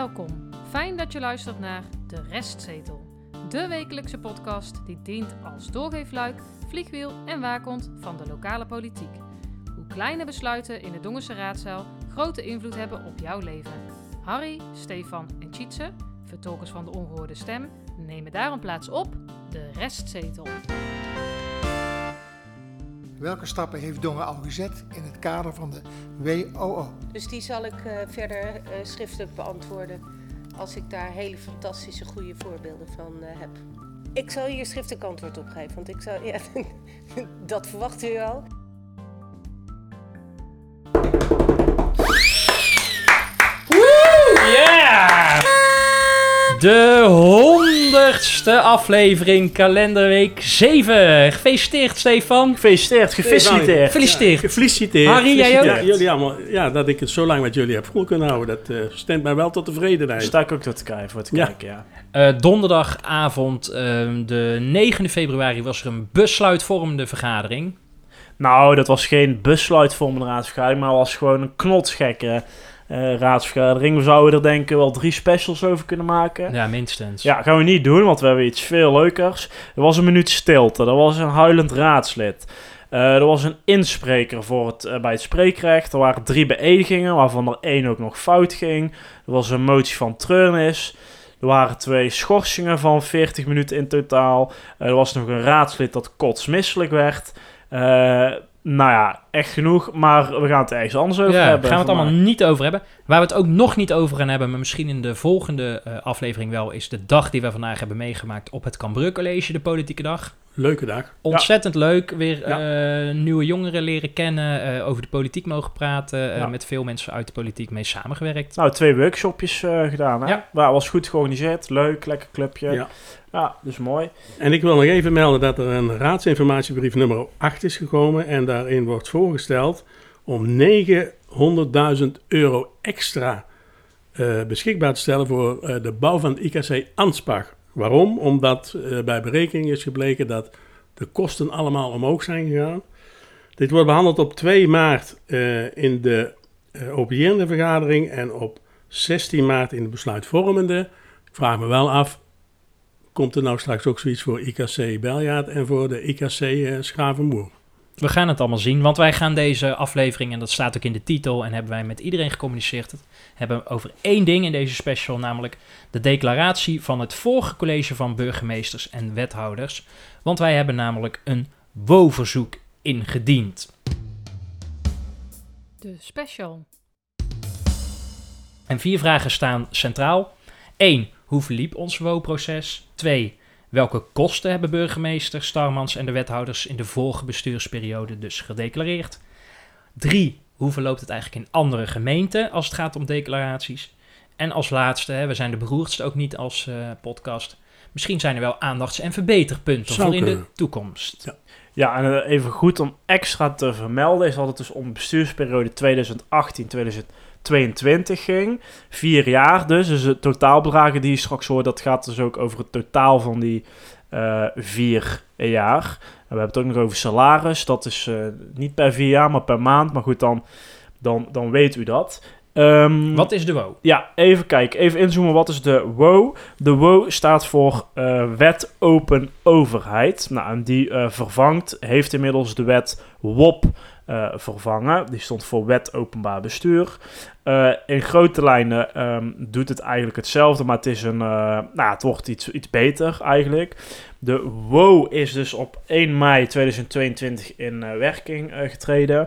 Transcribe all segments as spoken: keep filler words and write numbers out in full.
Welkom. Fijn dat je luistert naar De Restzetel. De wekelijkse podcast die dient als doorgeefluik, vliegwiel en waakhond van de lokale politiek. Hoe kleine besluiten in de Dongense raadzaal grote invloed hebben op jouw leven. Harry, Stefan en Tjitse, vertolkers van de ongehoorde stem, nemen daarom plaats op De Restzetel. Welke stappen heeft Dongen al gezet in het kader van de W O O? Dus die zal ik uh, verder uh, schriftelijk beantwoorden als ik daar hele fantastische goede voorbeelden van uh, heb. Ik zal hier schriftelijk antwoord op geven, want ik zal, ja, dat verwacht u al. Woe! Yeah! De honderdste aflevering, kalenderweek zeven. Gefeliciteerd, Stefan. Gefeliciteerd, gefeliciteerd. Gefeliciteerd. Ja, gefeliciteerd. Harry, jij ook? Ja, jullie allemaal, ja, dat ik het zo lang met jullie heb vol kunnen houden, dat uh, stemt mij wel tot tevredenheid. Sta ik ook tot te kijken, voor te Ja. kijken, ja. Uh, donderdagavond, uh, de negende februari, was er een besluitvormende vergadering. Nou, dat was geen besluitvormende raadsvergadering, maar was gewoon een knotsgekke uh, raadsvergadering. We zouden er denk ik wel drie specials over kunnen maken. Ja, minstens. Ja, gaan we niet doen, want we hebben iets veel leukers. Er was een minuut stilte, er was een huilend raadslid. Uh, er was een inspreker voor het, uh, bij het spreekrecht. Er waren drie beëdigingen, waarvan er één ook nog fout ging. Er was een motie van treurnis. Er waren twee schorsingen van veertig minuten in totaal. Uh, er was nog een raadslid dat kotsmisselijk werd. Uh, nou ja, echt genoeg, maar we gaan het ergens anders over ja, hebben. daar gaan we het allemaal mij. niet over hebben. Waar we het ook nog niet over gaan hebben, maar misschien in de volgende uh, aflevering wel, is de dag die we vandaag hebben meegemaakt op het Cambreur College, de politieke dag. Leuke dag. Ontzettend ja. leuk, weer Ja. uh, nieuwe jongeren leren kennen, uh, over de politiek mogen praten, uh, Ja. met veel mensen uit de politiek mee samengewerkt. Nou, twee workshopjes uh, gedaan, hè? Ja. Maar was goed georganiseerd, leuk, lekker clubje. Ja, Ja. dus mooi. En ik wil nog even melden dat er een raadsinformatiebrief nummer acht is gekomen en daarin wordt voorgesteld om negenhonderdduizend euro extra uh, beschikbaar te stellen voor uh, de bouw van het I K C Anspach. Waarom? Omdat uh, bij berekening is gebleken dat de kosten allemaal omhoog zijn gegaan. Dit wordt behandeld op twee maart uh, in de uh, openierende vergadering en op zestien maart in de besluitvormende. Ik vraag me wel af, komt er nou straks ook zoiets voor I K C Beljaard en voor de I K C uh, Schavenmoer? We gaan het allemaal zien, want wij gaan deze aflevering, en dat staat ook in de titel, en hebben wij met iedereen gecommuniceerd, hebben over één ding in deze special, namelijk de declaratie van het vorige college van burgemeesters en wethouders. Want wij hebben namelijk een W O-verzoek ingediend. De special. En vier vragen staan centraal. één. Hoe verliep ons W O-proces? twee. Welke kosten hebben burgemeester Starmans en de wethouders in de vorige bestuursperiode dus gedeclareerd? drie. Hoe verloopt het eigenlijk in andere gemeenten als het gaat om declaraties? En als laatste, hè, we zijn de beroerdste ook niet als uh, podcast. Misschien zijn er wel aandachts- en verbeterpunten Zou voor in de kunnen. toekomst. Ja. Ja, en uh, even goed om extra te vermelden is dat het dus om de bestuursperiode twintig achttien tot twintig tweeëntwintig ging. Vier jaar dus. Dus de totaalbedragen die je straks hoort, dat gaat dus ook over het totaal van die uh, vier jaar. En we hebben het ook nog over salaris. Dat is uh, niet per vier jaar, maar per maand. Maar goed, dan, dan, dan weet u dat. Um, Wat is de W O? Ja, even kijken. Even inzoomen. Wat is de W O? De W O staat voor uh, Wet Open Overheid. Nou, en die uh, vervangt, heeft inmiddels de wet W O P uh, vervangen. Die stond voor Wet Openbaar Bestuur. Uh, in grote lijnen um, doet het eigenlijk hetzelfde, maar het is een, uh, nou, het wordt iets, iets beter eigenlijk. De W O is dus op één mei tweeduizend tweeëntwintig in uh, werking uh, getreden.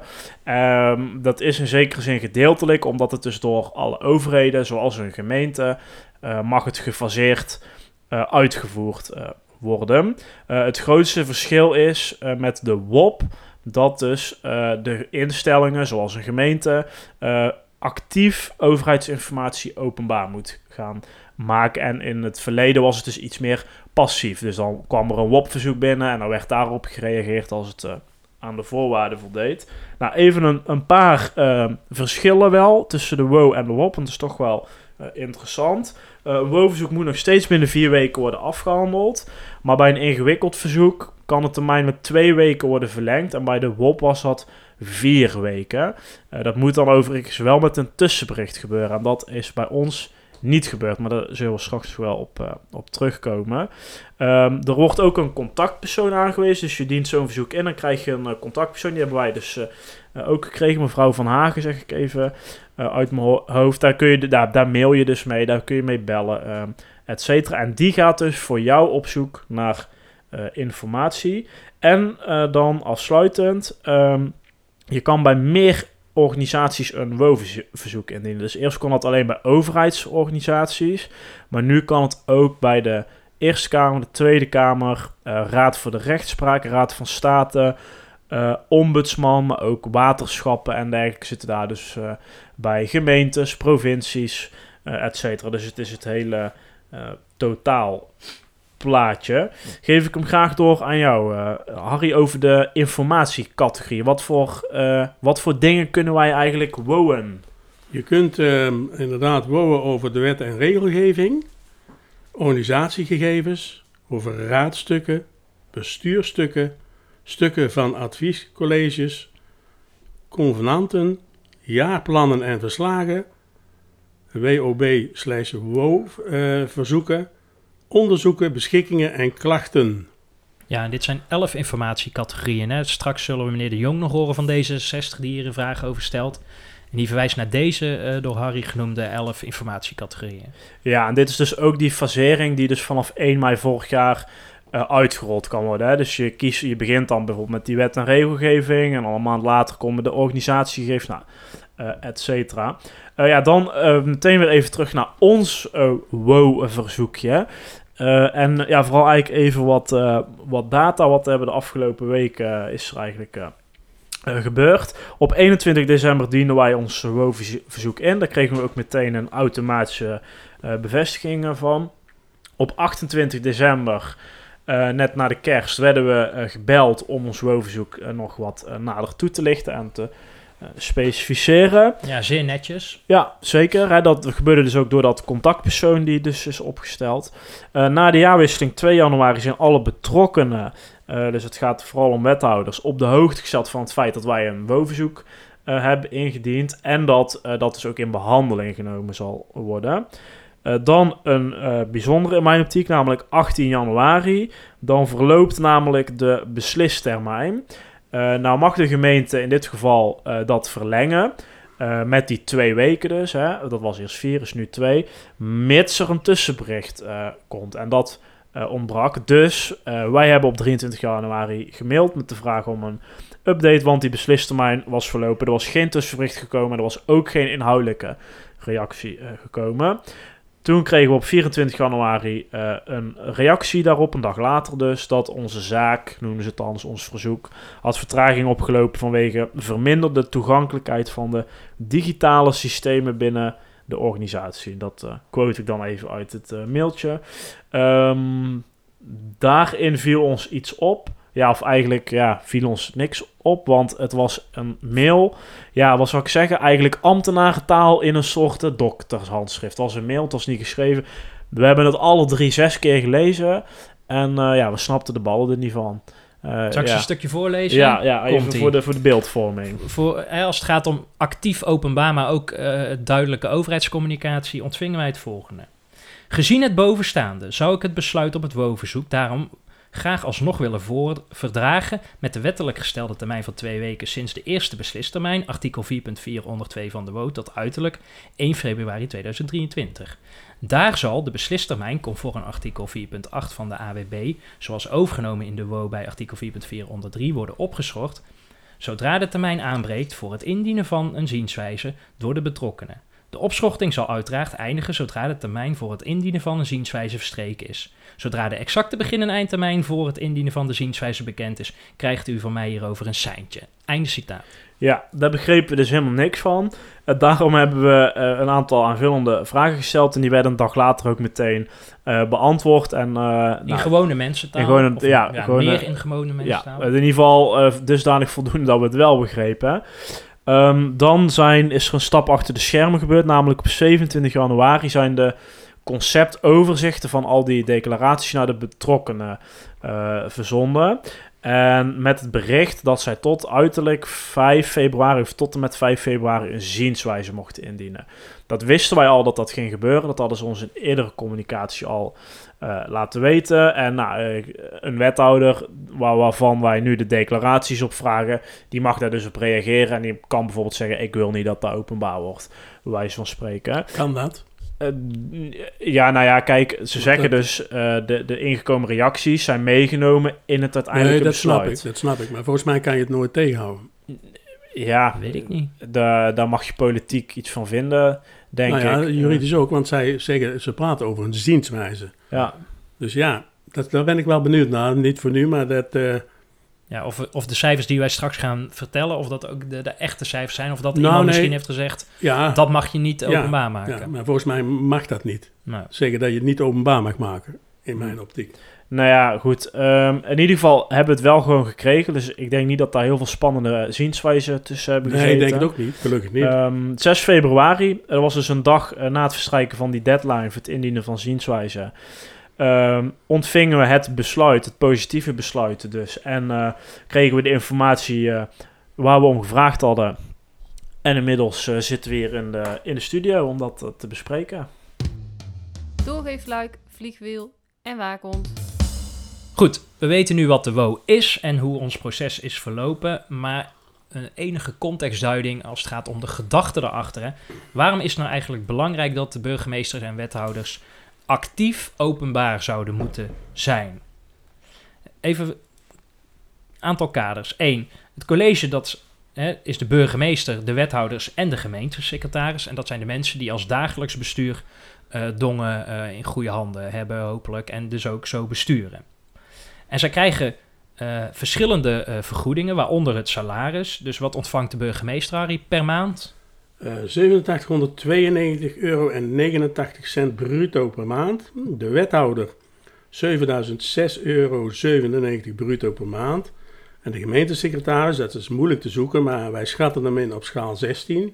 Um, dat is in zekere zin gedeeltelijk, omdat het dus door alle overheden, zoals een gemeente, uh, mag het gefaseerd uh, uitgevoerd uh, worden. Uh, het grootste verschil is uh, met de W O P, dat dus uh, de instellingen, zoals een gemeente, uh, actief overheidsinformatie openbaar moet gaan maken. En in het verleden was het dus iets meer passief. Dus dan kwam er een W O P-verzoek binnen en dan werd daarop gereageerd als het uh, aan de voorwaarden voldeed. Nou, even een, een paar uh, verschillen wel tussen de W O en de W O P, want dat is toch wel uh, interessant. Uh, een W O-verzoek moet nog steeds binnen vier weken worden afgehandeld, maar bij een ingewikkeld verzoek kan de termijn met twee weken worden verlengd en bij de W O P was dat vier weken. Uh, dat moet dan overigens wel met een tussenbericht gebeuren en dat is bij ons niet gebeurt. Maar daar zullen we straks wel op, uh, op terugkomen. Um, er wordt ook een contactpersoon aangewezen. Dus je dient zo'n verzoek in. Dan krijg je een uh, contactpersoon. Die hebben wij dus uh, uh, ook gekregen. Mevrouw Van Hagen, zeg ik even uh, uit mijn ho- hoofd. Daar, kun je, de, daar, daar mail je dus mee. Daar kun je mee bellen, um, et cetera. En die gaat dus voor jou op zoek naar uh, informatie. En uh, dan afsluitend... Um, je kan bij meer organisaties een W O-verzoek indienen. Dus eerst kon dat alleen bij overheidsorganisaties. Maar nu kan het ook bij de Eerste Kamer, de Tweede Kamer, uh, Raad voor de Rechtspraak, Raad van State, uh, Ombudsman, maar ook waterschappen en dergelijke zitten daar. Dus uh, bij gemeentes, provincies, uh, et cetera. Dus het is het hele uh, totaal plaatje. Geef ik hem graag door aan jou, uh, Harry, over de informatiecategorie. Wat voor, uh, wat voor dingen kunnen wij eigenlijk wowen? Je kunt uh, inderdaad wowen over de wet en regelgeving, organisatiegegevens, over raadstukken, bestuurstukken, stukken van adviescolleges, convenanten, jaarplannen en verslagen, W O B slash W O uh, verzoeken, onderzoeken, beschikkingen en klachten. Ja, en dit zijn elf informatiecategorieën. Hè. Straks zullen we meneer De Jong nog horen van D zesenzestig die hier een vraag over stelt. En die verwijst naar deze uh, door Harry genoemde elf informatiecategorieën. Ja, en dit is dus ook die fasering die dus vanaf één mei vorig jaar uh, uitgerold kan worden. Hè. Dus je, kiest, je begint dan bijvoorbeeld met die wet en regelgeving en al een maand later komen de organisatiegegevens, nou, uh, et cetera. Uh, ja, dan uh, meteen weer even terug naar ons uh, W O-verzoekje. Uh, en ja, vooral eigenlijk even wat, uh, wat data. Wat hebben de afgelopen weken uh, is er eigenlijk uh, uh, gebeurd. Op eenentwintig december dienden wij ons W O-verzoek in. Daar kregen we ook meteen een automatische uh, bevestiging van. Op achtentwintig december, uh, net na de kerst, werden we uh, gebeld om ons W O-verzoek uh, nog wat uh, nader toe te lichten en te Uh, specificeren. Ja, zeer netjes. Ja, zeker. Hè, dat gebeurde dus ook door dat contactpersoon die dus is opgesteld. Uh, na de jaarwisseling twee januari zijn alle betrokkenen, uh, dus het gaat vooral om wethouders, op de hoogte gesteld van het feit dat wij een W O-verzoek uh, hebben ingediend en dat uh, dat dus ook in behandeling genomen zal worden. Uh, dan een uh, bijzondere in mijn optiek, namelijk achttien januari. Dan verloopt namelijk de beslistermijn. Uh, nou mag de gemeente in dit geval uh, dat verlengen, uh, met die twee weken dus, hè, dat was eerst vier, is nu twee, mits er een tussenbericht uh, komt. En dat uh, ontbrak. Dus uh, wij hebben op drieëntwintig januari gemaild met de vraag om een update, want die beslistermijn was verlopen. Er was geen tussenbericht gekomen, er was ook geen inhoudelijke reactie uh, gekomen. Toen kregen we op vierentwintig januari uh, een reactie daarop, een dag later dus, dat onze zaak, noemen ze het anders, ons verzoek, had vertraging opgelopen vanwege verminderde toegankelijkheid van de digitale systemen binnen de organisatie. Dat uh, quote ik dan even uit het uh, mailtje. Um, daarin viel ons iets op. Ja, of eigenlijk ja, viel ons niks op, want het was een mail. Ja, wat zou ik zeggen? Eigenlijk ambtenarentaal in een soort doktershandschrift. Het was een mail, het was niet geschreven. We hebben het alle drie zes keer gelezen. En uh, ja, we snapten de ballen er niet van. Uh, Zal ik ja. ze een stukje voorlezen? Ja, ja even Komt-ie. voor de, voor de beeldvorming. Voor, hè, als het gaat om actief openbaar, maar ook uh, duidelijke overheidscommunicatie, ontvingen wij het volgende. Gezien het bovenstaande zou ik het besluit op het W O-verzoek daarom graag alsnog willen voor, verdragen met de wettelijk gestelde termijn van twee weken sinds de eerste beslistermijn, artikel vier punt vier onder twee van de W O, tot uiterlijk één februari tweeduizend drieëntwintig. Daar zal de beslistermijn, conform artikel vier punt acht van de A W B, zoals overgenomen in de W O bij artikel vier punt vier onder drie, worden opgeschort, zodra de termijn aanbreekt voor het indienen van een zienswijze door de betrokkenen. De opschorting zal uiteraard eindigen zodra de termijn voor het indienen van een zienswijze verstreken is. Zodra de exacte begin- en eindtermijn voor het indienen van de zienswijze bekend is, krijgt u van mij hierover een seintje. Einde citaat. Ja, daar begrepen we dus helemaal niks van. Uh, daarom hebben we uh, een aantal aanvullende vragen gesteld en die werden een dag later ook meteen uh, beantwoord. En, uh, In nou, gewone mensentaal? in gewone- of, ja, ja, gewone- meer in gewone mensentaal? Ja, in ieder geval uh, dusdanig voldoende dat we het wel begrepen. Um, dan zijn, is er een stap achter de schermen gebeurd, namelijk op zevenentwintig januari zijn de conceptoverzichten van al die declaraties naar de betrokkenen uh, verzonden. En met het bericht dat zij tot uiterlijk vijf februari of tot en met vijf februari een zienswijze mochten indienen. Dat wisten wij al dat dat ging gebeuren. Dat hadden ze ons in eerdere communicatie al uh, laten weten. En nou, uh, een wethouder waar, waarvan wij nu de declaraties op vragen, die mag daar dus op reageren. En die kan bijvoorbeeld zeggen, ik wil niet dat dat openbaar wordt. Bij wijze van spreken. Kan dat? Uh, ja, nou ja, kijk, ze zeggen dus, uh, de, de ingekomen reacties zijn meegenomen in het uiteindelijke nee, dat besluit. snap ik, dat snap ik. Maar volgens mij kan je het nooit tegenhouden. Ja, Weet ik niet. Daar, daar mag je politiek iets van vinden, denk nou ja, ik. juridisch ook, want zij zeggen, ze praten over een zienswijze. Ja. Dus ja, dat, daar ben ik wel benieuwd naar. Niet voor nu, maar dat... Uh, Ja, of, of de cijfers die wij straks gaan vertellen, of dat ook de, de echte cijfers zijn, of dat Nou, iemand nee. misschien heeft gezegd, ja, dat mag je niet Ja, openbaar maken. ja, maar volgens mij mag dat niet. Nou, Zeggen dat je het niet openbaar mag maken, in mijn optiek. Nou ja, goed. Um, in ieder geval hebben we het wel gewoon gekregen. Dus ik denk niet dat daar heel veel spannende zienswijzen tussen hebben gezeten. Nee, ik denk het ook niet. Gelukkig niet. Um, zes februari, dat was dus een dag uh, na het verstrijken van die deadline voor het indienen van zienswijzen. Um, ontvingen we het besluit, het positieve besluit dus. En uh, kregen we de informatie uh, waar we om gevraagd hadden. En inmiddels uh, zitten we hier in de, in de studio om dat uh, te bespreken. Doorgeefluik, vliegwiel en waakhond. goed, we weten nu wat de W O is en hoe ons proces is verlopen, maar een enige contextduiding als het gaat om de gedachte erachter. Hè. Waarom is het nou eigenlijk belangrijk dat de burgemeesters en wethouders actief openbaar zouden moeten zijn? Even een aantal kaders. Eén, het college dat hè, is de burgemeester, de wethouders en de gemeentesecretaris. En dat zijn de mensen die als dagelijks bestuur uh, Dongen uh, in goede handen hebben hopelijk en dus ook zo besturen. En zij krijgen uh, verschillende uh, vergoedingen, waaronder het salaris. Dus wat ontvangt de burgemeester, Harry, per maand? Uh, zevenentachtighonderdtweeënnegentig euro en negenentachtig cent bruto per maand. De wethouder zevenduizend zes euro zevenennegentig bruto per maand. En de gemeentesecretaris, dat is moeilijk te zoeken, maar wij schatten hem in op schaal zestien.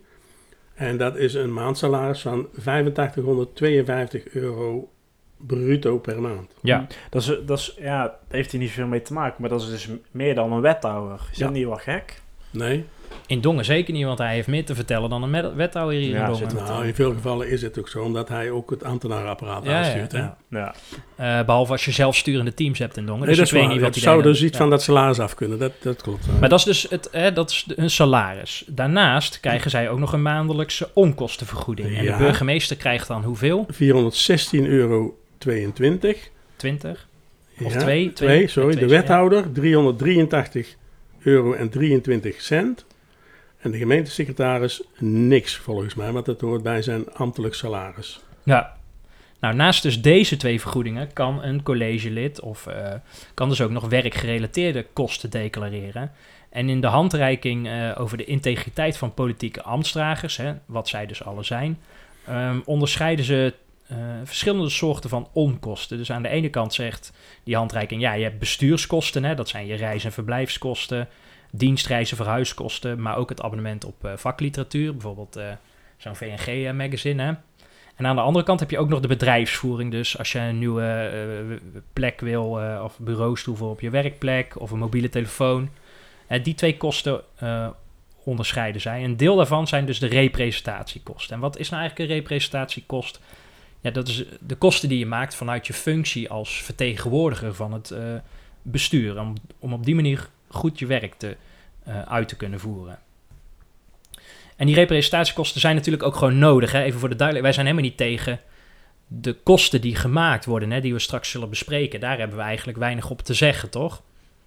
En dat is een maandsalaris van vijfentachtighonderdtweeënvijftig euro bruto per maand. Ja, Dat, is, dat, is, ja, daar heeft hij niet veel mee te maken, maar dat is dus meer dan een wethouder. Is Ja. dat niet wel gek? Nee, in Dongen zeker niet, want hij heeft meer te vertellen dan een met- wethouder hier Ja, in zit Dongen. nou, in veel gevallen is het ook zo, omdat hij ook het ambtenaarapparaat Ja, ja, aanstuurt. Hè? ja. Ja. Uh, behalve als je zelfsturende teams hebt in Dongen. Nee, Dus dat ik is weet waar. niet wat Het hij zou deed. dus iets Ja. van dat salaris af kunnen, dat, dat klopt. Maar dat is dus het, hè, dat is de- hun salaris. Daarnaast krijgen zij ook nog een maandelijkse onkostenvergoeding. En Ja. de burgemeester krijgt dan hoeveel? vierhonderdzestien euro tweeëntwintig. twintig? Of Ja, twee? twee, Twee, sorry. twee, De wethouder driehonderddrieëntachtig euro en drieëntwintig cent. En de gemeentesecretaris niks volgens mij, want dat hoort bij zijn ambtelijk salaris. Ja. Nou, naast dus deze twee vergoedingen kan een collegelid of uh, kan dus ook nog werkgerelateerde kosten declareren. En in de handreiking uh, over de integriteit van politieke ambtsdragers, hè, wat zij dus alle zijn, um, onderscheiden ze uh, verschillende soorten van onkosten. Dus aan de ene kant zegt die handreiking, ja, je hebt bestuurskosten, hè, dat zijn je reis- en verblijfskosten, dienstreizen, verhuiskosten, maar ook het abonnement op uh, vakliteratuur, bijvoorbeeld uh, zo'n V N G-magazine, hè. En aan de andere kant heb je ook nog de bedrijfsvoering. Dus als je een nieuwe uh, plek wil uh, of bureaustoel voor op je werkplek of een mobiele telefoon. Uh, die twee kosten uh, onderscheiden zij. Een deel daarvan zijn dus de representatiekosten. En wat is nou eigenlijk een representatiekost? Ja, dat is de kosten die je maakt vanuit je functie als vertegenwoordiger van het uh, bestuur. Om, om op die manier goed je werk te, uh, uit te kunnen voeren. En die representatiekosten zijn natuurlijk ook gewoon nodig. Hè? Even voor de duidelijkheid, wij zijn helemaal niet tegen de kosten die gemaakt worden, hè, die we straks zullen bespreken. Daar hebben we eigenlijk weinig op te zeggen, toch?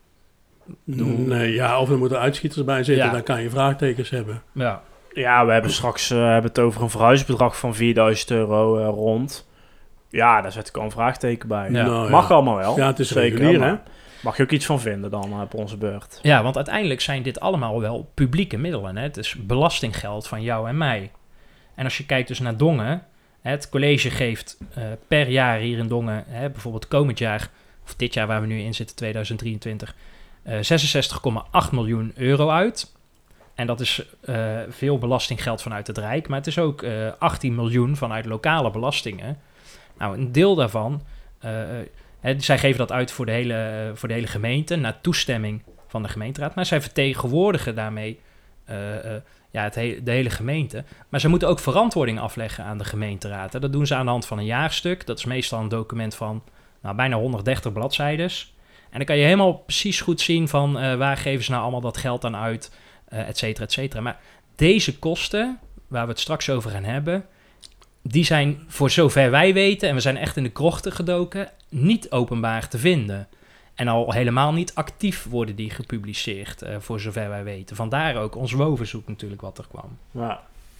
Nee, ja, of er moeten uitschieters bij zitten, Ja. dan kan je vraagtekens hebben. Ja. Ja, we hebben straks uh, hebben het over een verhuisbedrag van vierduizend euro uh, rond. Ja, daar zet ik al een vraagteken bij. Ja. Nou, Mag ja. allemaal wel. Ja, het is Zeker, regulier, maar hè? Mag je ook iets van vinden dan uh, op onze beurt. ja, want uiteindelijk zijn dit allemaal wel publieke middelen. Hè? Het is belastinggeld van jou en mij. En als je kijkt dus naar Dongen, hè, het college geeft uh, per jaar hier in Dongen, hè, bijvoorbeeld komend jaar, of dit jaar waar we nu in zitten, tweeduizend drieëntwintig, uh, zesenzestig komma acht miljoen euro uit. En dat is uh, veel belastinggeld vanuit het Rijk, maar het is ook uh, achttien miljoen vanuit lokale belastingen. Nou, een deel daarvan uh, Hè, zij geven dat uit voor de, hele, voor de hele gemeente, naar toestemming van de gemeenteraad. Maar zij vertegenwoordigen daarmee uh, uh, ja, het he- de hele gemeente. Maar zij moeten ook verantwoording afleggen aan de gemeenteraad. Hè. Dat doen ze aan de hand van een jaarstuk. Dat is meestal een document van nou, bijna honderddertig bladzijdes. En dan kan je helemaal precies goed zien van uh, waar geven ze nou allemaal dat geld aan uit, uh, et cetera, et cetera. Maar deze kosten, waar we het straks over gaan hebben, die zijn voor zover wij weten, en we zijn echt in de krochten gedoken, niet openbaar te vinden. En al helemaal niet actief worden die gepubliceerd, uh, voor zover wij weten. Vandaar ook ons WOW-verzoek natuurlijk wat er kwam. Ja.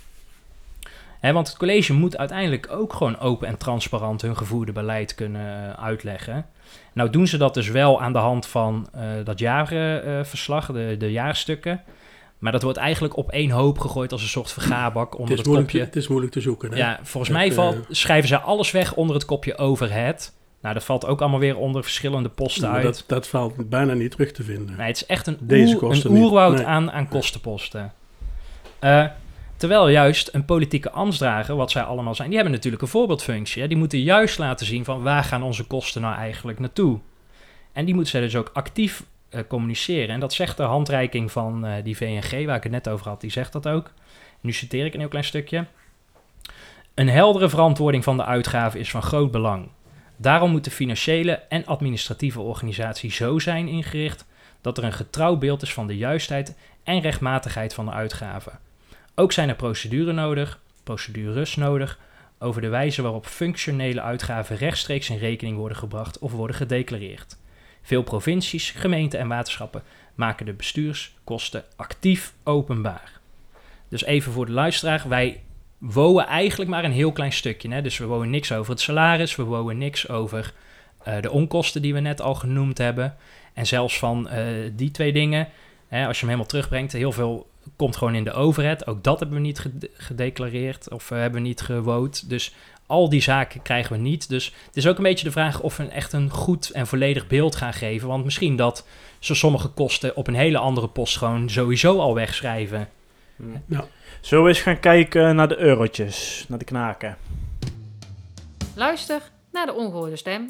Hè, want het college moet uiteindelijk ook gewoon open en transparant hun gevoerde beleid kunnen uh, uitleggen. Nou doen ze dat dus wel aan de hand van uh, dat jaarverslag, uh, de, de jaarstukken. Maar dat wordt eigenlijk op één hoop gegooid als een soort vergaarbak onder het, het, is moeilijk, kopje. het is moeilijk te zoeken. Hè? Ja, volgens Het, mij uh, valt, schrijven ze alles weg onder het kopje overhead. Nou, dat valt ook allemaal weer onder verschillende posten maar uit. dat, dat valt bijna niet terug te vinden. Nee, het is echt een, Deze oer, kosten een niet. oerwoud Nee. aan, aan kostenposten. Uh, terwijl juist een politieke ambtsdrager, wat zij allemaal zijn, die hebben natuurlijk een voorbeeldfunctie. Hè? Die moeten juist laten zien van waar gaan onze kosten nou eigenlijk naartoe. En die moeten zij dus ook actief uh, communiceren. En dat zegt de handreiking van uh, die V N G, waar ik het net over had, die zegt dat ook. Nu citeer ik een heel klein stukje. Een heldere verantwoording van de uitgaven is van groot belang. Daarom moet de financiële en administratieve organisatie zo zijn ingericht dat er een getrouw beeld is van de juistheid en rechtmatigheid van de uitgaven. Ook zijn er procedures nodig, procedures nodig over de wijze waarop functionele uitgaven rechtstreeks in rekening worden gebracht of worden gedeclareerd. Veel provincies, gemeenten en waterschappen maken de bestuurskosten actief openbaar. Dus even voor de luisteraar, wij wonen eigenlijk maar een heel klein stukje. Hè? Dus we wonen niks over het salaris, we wonen niks over uh, de onkosten die we net al genoemd hebben. En zelfs van uh, die twee dingen, hè, als je hem helemaal terugbrengt, heel veel komt gewoon in de overhead. Ook dat hebben we niet gede- gedeclareerd of uh, hebben we niet gewoond. Dus al die zaken krijgen we niet. Dus het is ook een beetje de vraag of we echt een goed en volledig beeld gaan geven. Want misschien dat ze sommige kosten op een hele andere post gewoon sowieso al wegschrijven. Ja. Zullen we eens gaan kijken naar de eurotjes, naar de knaken? Luister naar de ongehoorde stem.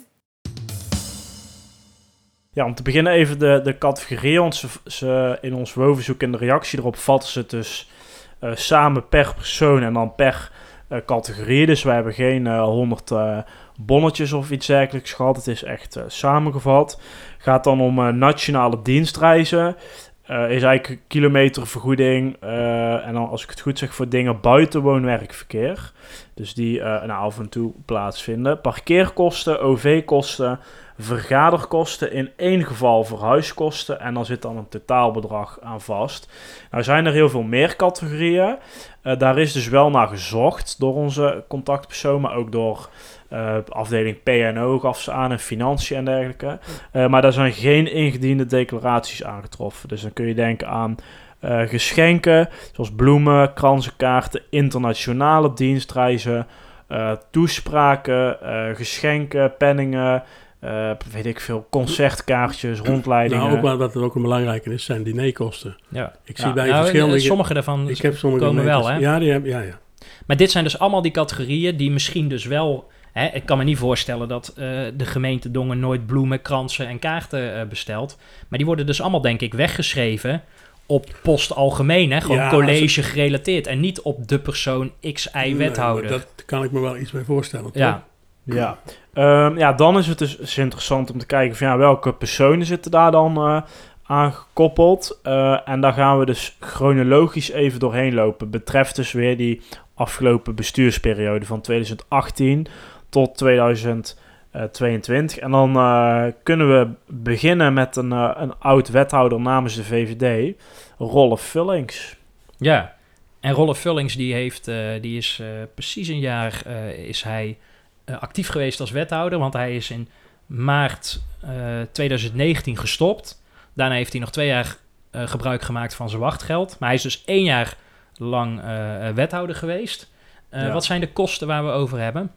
Ja, om te beginnen even de, de categorieën. Want ze, ze, in ons WOW-verzoek en de reactie erop vatten ze het dus uh, samen per persoon en dan per uh, categorie. Dus wij hebben geen uh, honderd uh, bonnetjes of iets dergelijks gehad. Het is echt uh, samengevat. Gaat dan om uh, nationale dienstreizen. Uh, is eigenlijk kilometervergoeding uh, en dan als ik het goed zeg voor dingen buiten woon-werkverkeer. Dus die uh, nou, af en toe plaatsvinden. Parkeerkosten, O V-kosten, vergaderkosten, in één geval verhuiskosten en dan zit dan een totaalbedrag aan vast. Nou zijn er heel veel meer categorieën. Uh, daar is dus wel naar gezocht door onze contactpersoon, maar ook door uh, afdeling P en O gaf ze aan en financiën en dergelijke. Uh, maar daar zijn geen ingediende declaraties aangetroffen. Dus dan kun je denken aan uh, geschenken, zoals bloemen, kransenkaarten, internationale dienstreizen, uh, toespraken, uh, geschenken, penningen, Uh, weet ik veel, concertkaartjes, rondleidingen. Nou, ook wel dat het ook een belangrijke is, zijn dinerkosten. Ja. Ik zie Ja, bij nou, verschillende... sommige daarvan ik heb sommige komen wel, hè? Ja, die hebben, ja, ja. Maar dit zijn dus allemaal die categorieën die misschien dus wel... Hè, ik kan me niet voorstellen dat uh, de gemeente Dongen nooit bloemen, kransen en kaarten uh, bestelt. Maar die worden dus allemaal, denk ik, weggeschreven op post algemeen. Hè? Gewoon Ja, college gerelateerd. En niet op de persoon X Y wethouder. Nee, dat kan ik me wel iets bij voorstellen. Toch? Ja. Ja. Um, ja, dan is het dus is interessant om te kijken van ja, welke personen zitten daar dan uh, aan gekoppeld. Uh, en daar gaan we dus chronologisch even doorheen lopen. Betreft dus weer die afgelopen bestuursperiode van twintig achttien tot tweeduizend tweeëntwintig. En dan uh, kunnen we beginnen met een, uh, een oud wethouder namens de V V D, Rolf Vullings. Ja, en Rolf Vullings die heeft, uh, die is uh, precies een jaar uh, is hij uh, actief geweest als wethouder, want hij is in maart uh, twintig negentien gestopt. Daarna heeft hij nog twee jaar uh, gebruik gemaakt van zijn wachtgeld. Maar hij is dus één jaar lang uh, wethouder geweest. Uh, Ja. Wat zijn de kosten waar we over hebben?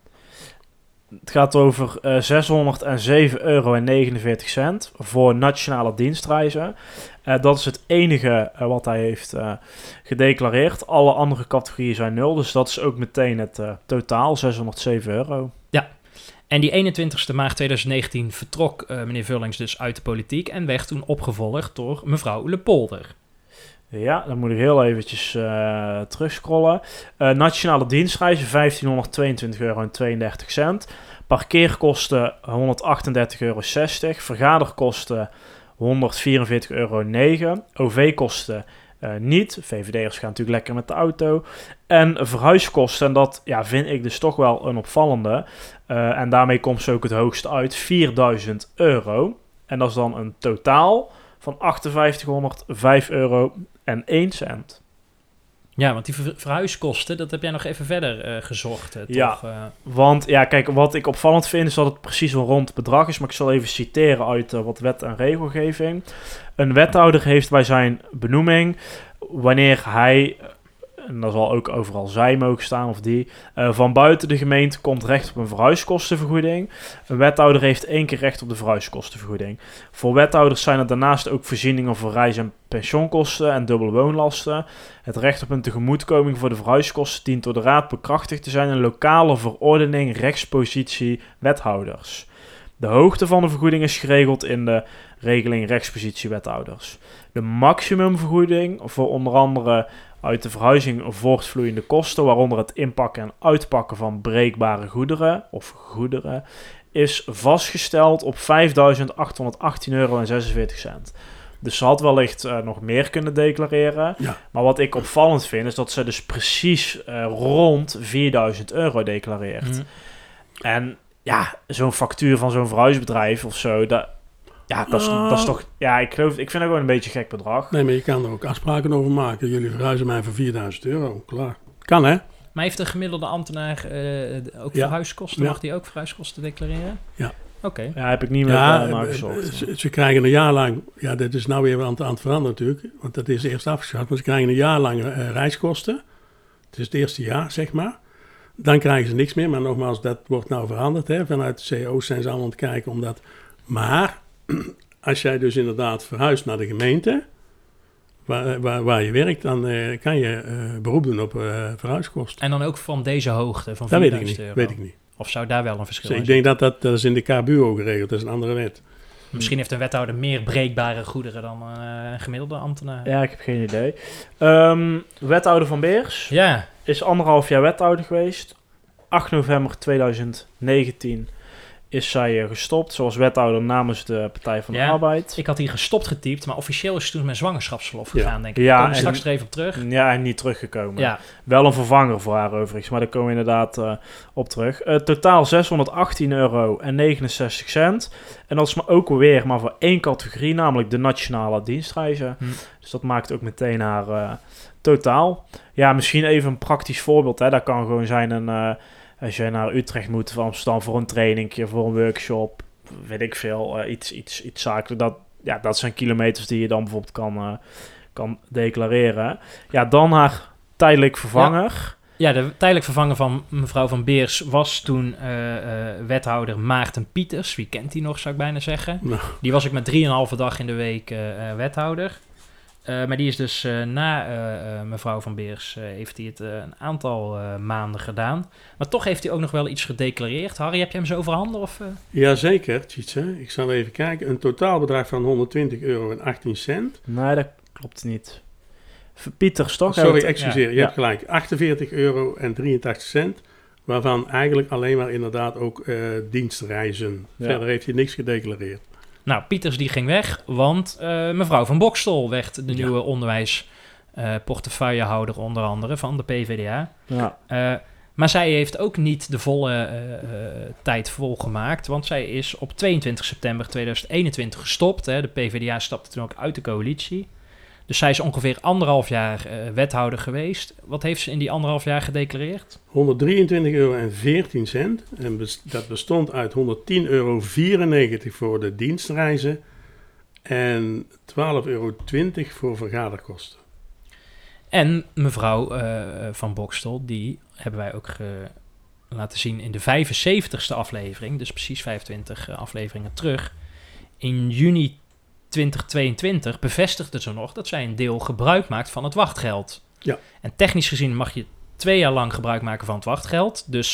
Het gaat over uh, zeshonderdzeven euro en negenenveertig cent voor nationale dienstreizen. Uh, dat is het enige uh, wat hij heeft uh, gedeclareerd. Alle andere categorieën zijn nul, dus dat is ook meteen het uh, totaal, zeshonderdzeven euro. En die eenentwintigste maart tweeduizend negentien vertrok uh, meneer Vullings dus uit de politiek en werd toen opgevolgd door mevrouw Lepolder. Ja, dan moet ik heel eventjes uh, terugscrollen. Uh, nationale dienstreizen vijftienhonderdtweeëntwintig euro en tweeëndertig cent. Parkeerkosten honderdachtendertig euro zestig. Vergaderkosten honderdvierenveertig euro negen. O V-kosten uh, niet. V V D'ers gaan natuurlijk lekker met de auto. En verhuiskosten, en dat ja, vind ik dus toch wel een opvallende. Uh, en daarmee komt ze ook het hoogste uit, vierduizend euro. En dat is dan een totaal van achtenvijftighonderdvijf euro en één cent. Ja, want die ver- verhuiskosten, dat heb jij nog even verder uh, gezocht, uh, toch? Ja, Uh, want ja, kijk, wat ik opvallend vind is dat het precies een rond bedrag is. Maar ik zal even citeren uit uh, wat wet en regelgeving. Een wethouder heeft bij zijn benoeming, wanneer hij, en dat zal ook overal zij mogen staan of die, uh, van buiten de gemeente komt recht op een verhuiskostenvergoeding. Een wethouder heeft één keer recht op de verhuiskostenvergoeding. Voor wethouders zijn er daarnaast ook voorzieningen voor reis- en pensioenkosten en dubbele woonlasten. Het recht op een tegemoetkoming voor de verhuiskosten dient door de raad bekrachtigd te zijn in lokale verordening rechtspositie wethouders. De hoogte van de vergoeding is geregeld in de regeling rechtspositie wethouders. De maximumvergoeding voor onder andere uit de verhuizing voortvloeiende kosten, waaronder het inpakken en uitpakken van breekbare goederen of goederen, is vastgesteld op vijfduizend achthonderdachttien euro en zesenveertig cent. Dus ze had wellicht uh, nog meer kunnen declareren. Ja. Maar wat ik opvallend vind, is dat ze dus precies uh, rond vierduizend euro declareert. mm. En ja, zo'n factuur van zo'n verhuisbedrijf of zo, dat, ja, dat, is, dat is toch... Ja, ik geloof, ik vind dat gewoon een beetje een gek bedrag. Nee, maar je kan er ook afspraken over maken. Jullie verhuizen mij voor vierduizend euro. Klaar. Kan, hè? Maar heeft de gemiddelde ambtenaar uh, ook Ja. verhuiskosten? Ja. Mag die ook verhuiskosten declareren? Ja. Oké. Okay. Ja, heb ik niet meer Ja, uh, eh, nagezocht. ze, ze krijgen een jaar lang... Ja, dit is nou weer aan het, aan het veranderen natuurlijk. Want dat is eerst afgeschaft. Maar ze krijgen een jaar lang uh, reiskosten. Het is het eerste jaar, zeg maar. Dan krijgen ze niks meer. Maar nogmaals, dat wordt nou veranderd. Hè. Vanuit de C O's zijn ze allemaal aan het kijken om dat... Maar als jij dus inderdaad verhuist naar de gemeente... Waar, waar, waar je werkt, dan uh, kan je uh, beroep doen op uh, verhuiskosten. En dan ook van deze hoogte, van Dat weet ik vierduizend niet. euro? Weet ik niet. Of zou daar wel een verschil Dus in ik zijn? denk dat, dat dat is in de K B U O geregeld. Dat is een andere wet. Misschien heeft een wethouder meer breekbare goederen dan uh, een gemiddelde ambtenaar. Ja, ik heb geen idee. Um, wethouder van Beers Ja. is anderhalf jaar wethouder geweest. acht november tweeduizend negentien is zij uh, gestopt. Zoals wethouder namens de Partij van de Ja, Arbeid. Ik had hier gestopt getypt, maar officieel is toen mijn zwangerschapsverlof Ja. gegaan, denk ik. Ja, Daar komen we en- straks er even op terug. Ja, en niet teruggekomen. Ja, Wel een vervanger voor haar overigens, maar daar komen we inderdaad uh, op terug. Uh, totaal zeshonderdachttien euro en negenenzestig cent. En dat is maar ook weer maar voor één categorie, namelijk de nationale dienstreizen. Hm. Dus dat maakt ook meteen haar uh, totaal. Ja, misschien even een praktisch voorbeeld. Hè. Dat kan gewoon zijn een, uh, als je naar Utrecht moet van Amsterdam voor een trainingje, voor een workshop, weet ik veel, uh, iets, iets, iets zakelijk. Dat, ja, dat zijn kilometers die je dan bijvoorbeeld kan, uh, kan declareren. Ja, dan haar tijdelijk vervanger. ja, de tijdelijk vervanger van mevrouw Van Beers was toen uh, uh, wethouder Maarten Pieters. Wie kent die nog, zou ik bijna zeggen. Nou. Die was ik met drieënhalve dag in de week uh, uh, wethouder. Uh, maar die is dus uh, na uh, uh, mevrouw Van Beers uh, heeft hij het uh, een aantal uh, maanden gedaan. Maar toch heeft hij ook nog wel iets gedeclareerd. Harry, heb je hem zo overhanden? Of, uh? Jazeker, Tjitse. Ik zal even kijken. Een totaalbedrag van honderdtwintig euro en achttien cent. Nee, dat klopt niet. Pieters, toch? Sorry, Ja, excuseer. Je ja. hebt gelijk. achtenveertig euro en drieëntachtig cent. Waarvan eigenlijk alleen maar inderdaad ook uh, dienstreizen. Ja. Verder heeft hij niks gedeclareerd. Nou, Pieters die ging weg, want uh, mevrouw Van Bokstel werd de Ja. nieuwe onderwijsportefeuillehouder onder andere van de P V D A. Ja. Uh, maar zij heeft ook niet de volle uh, uh, tijd volgemaakt, want zij is op tweeëntwintig september tweeduizend eenentwintig gestopt. Hè. De P V D A stapte toen ook uit de coalitie. Dus zij is ongeveer anderhalf jaar uh, wethouder geweest. Wat heeft ze in die anderhalf jaar gedeclareerd? honderddrieëntwintig euro en veertien cent. En bes- dat bestond uit honderdtien euro vierennegentig voor de dienstreizen. En twaalf euro twintig voor vergaderkosten. En mevrouw uh, Van Bokstel, die hebben wij ook ge- laten zien in de vijfenzeventigste aflevering. Dus precies vijfentwintig afleveringen terug. In juni twintig tweeëntwintig bevestigde ze nog dat zij een deel gebruik maakt van het wachtgeld. Ja. En technisch gezien mag je twee jaar lang gebruik maken van het wachtgeld. Dus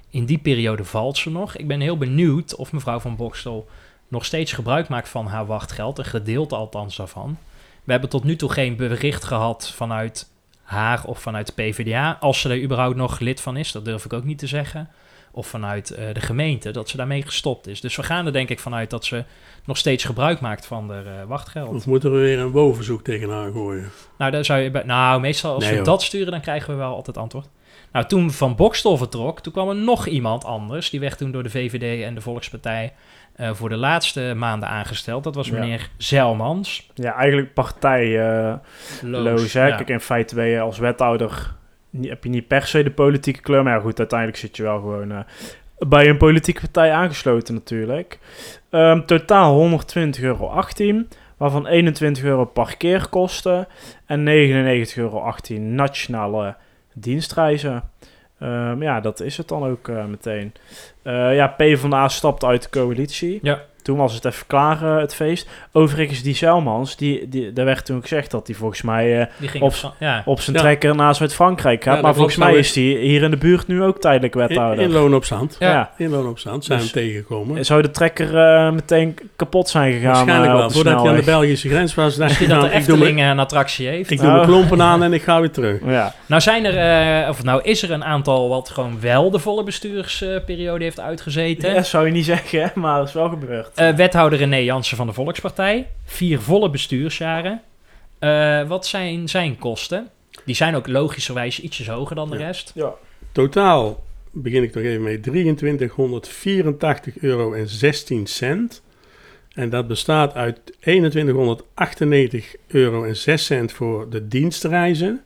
In die periode valt ze nog. Ik ben heel benieuwd of mevrouw Van Boxtel nog steeds gebruik maakt van haar wachtgeld. Een gedeelte althans daarvan. We hebben tot nu toe geen bericht gehad vanuit haar of vanuit de P v d A. Als ze er überhaupt nog lid van is, dat durf ik ook niet te zeggen. Of vanuit uh, de gemeente, dat ze daarmee gestopt is. Dus we gaan er denk ik vanuit dat ze nog steeds gebruik maakt van haar uh, wachtgeld. Of moeten we weer een W O-verzoek tegenaan gooien? Nou, daar zou je bij, nou meestal als Nee, we hoor. dat sturen, dan krijgen we wel altijd antwoord. Nou, toen Van Boxtel vertrok, toen kwam er nog iemand anders. Die werd toen door de V V D en de Volkspartij uh, voor de laatste maanden aangesteld. Dat was Ja. meneer Zijlmans. Ja, eigenlijk partijloos. Loos, hè. ja. Kijk, in feite ben je als wethouder... niet- heb je niet per se de politieke kleur. Maar ja, goed, uiteindelijk zit je wel gewoon... Uh, bij een politieke partij aangesloten natuurlijk. Um, totaal honderdtwintig euro achttien. Waarvan eenentwintig euro parkeerkosten. En negenennegentig euro achttien nationale dienstreizen. Um, ja, dat is het dan ook uh, meteen. Uh, ja, PvdA stapt uit de coalitie. Ja. Toen was het even klaar, uh, het feest. Overigens, die Zijlmans, die, die, daar werd toen gezegd dat hij volgens mij uh, Die ging Op- op, Sa- ja. op zijn Ja. trekker naar Zuid-Frankrijk gaat. Ja, maar dat volgens klopt. mij Nou, is hij hier in de buurt nu ook tijdelijk In, wethouder. in loonopstand. Ja. Ja. In loonopstand zijn Dus- we tegengekomen. Zou de trekker uh, meteen kapot zijn gegaan? Waarschijnlijk uh, wel. op de Voordat hij aan de snelweg? Belgische grens was, dacht Misschien hij dat de van, ik doe Efteling mijn- uh, een attractie heeft. ik doe mijn Oh. klompen aan en ik ga weer terug. Ja. Nou zijn er, uh, of nou is er een aantal wat gewoon wel de volle bestuursperiode heeft uitgezeten. Dat zou je niet zeggen, hè, maar dat is wel gebeurd. Uh, wethouder René Jansen van de Volkspartij. Vier volle bestuursjaren. Uh, wat zijn zijn kosten? Die zijn ook logischerwijs ietsjes hoger dan de Ja. rest. ja. Totaal begin ik toch even mee. drieëntwintighonderdvierentachtig euro en zestien cent. En dat bestaat uit eenentwintighonderdachtennegentig euro en zes cent voor de dienstreizen.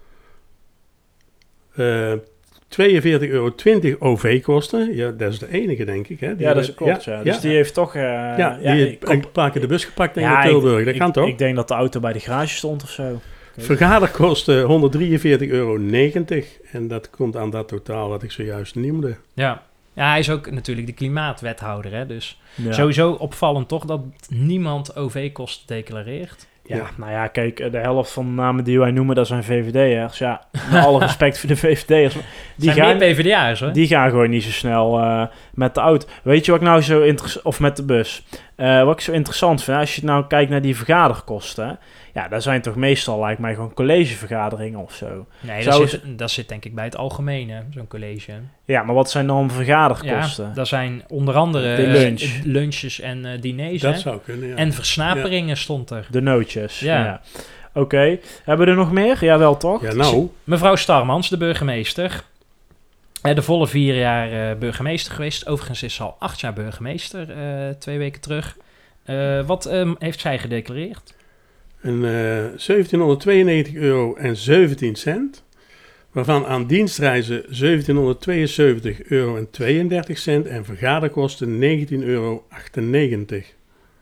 Uh, tweeënveertig euro twintig O V-kosten. Ja, dat is de enige, denk ik. Hè? Die ja, dat is hebben- klopt. Ja, Dus die heeft toch... Uh, ja, ja, die heeft ik- een paar keer de bus gepakt en ja, naar Tilburg. Dat ik, kan ik, toch? Ik denk dat de auto bij de garage stond of zo. Vergaderkosten honderddrieënveertig euro negentig. En dat komt aan dat totaal wat ik zojuist noemde. Ja. Ja, hij is ook natuurlijk de klimaatwethouder. Hè? Dus Ja. sowieso opvallend toch dat niemand O V-kosten declareert. Ja, Ja. nou ja, kijk, de helft van de namen die wij noemen, dat zijn V V D'ers. Ja, met alle respect voor de V V D'ers. Die Die zijn gaan, meer P v d A'ers hoor. die gaan gewoon niet zo snel uh, met de auto. Weet je wat ik nou zo interessant... Of met de bus. Uh, wat ik zo interessant vind, als je nou kijkt naar die vergaderkosten... Ja, dat zijn toch meestal, lijkt mij, gewoon collegevergaderingen of zo. Nee, Zou dat het- zit, dat zit denk ik bij het algemene, zo'n college. Ja, maar wat zijn dan vergaderkosten? Ja, dat zijn onder andere De eh, lunch. lunches en uh, diners. Dat hè? zou kunnen, ja. En versnaperingen stond er. De nootjes. Ja. Ja. Oké. Okay. Hebben we er nog meer? Ja, wel toch? Ja, nou, Mevrouw Starmans, de burgemeester. Eh, De volle vier jaar eh, burgemeester geweest. Overigens is ze al acht jaar burgemeester, eh, twee weken terug. Eh, wat ehm, heeft zij gedeclareerd? een uh, zeventienhonderdtweeënnegentig euro en zeventien cent. Waarvan aan dienstreizen zeventienhonderdtweeënzeventig euro en tweeëndertig cent. En vergaderkosten negentien euro achtennegentig.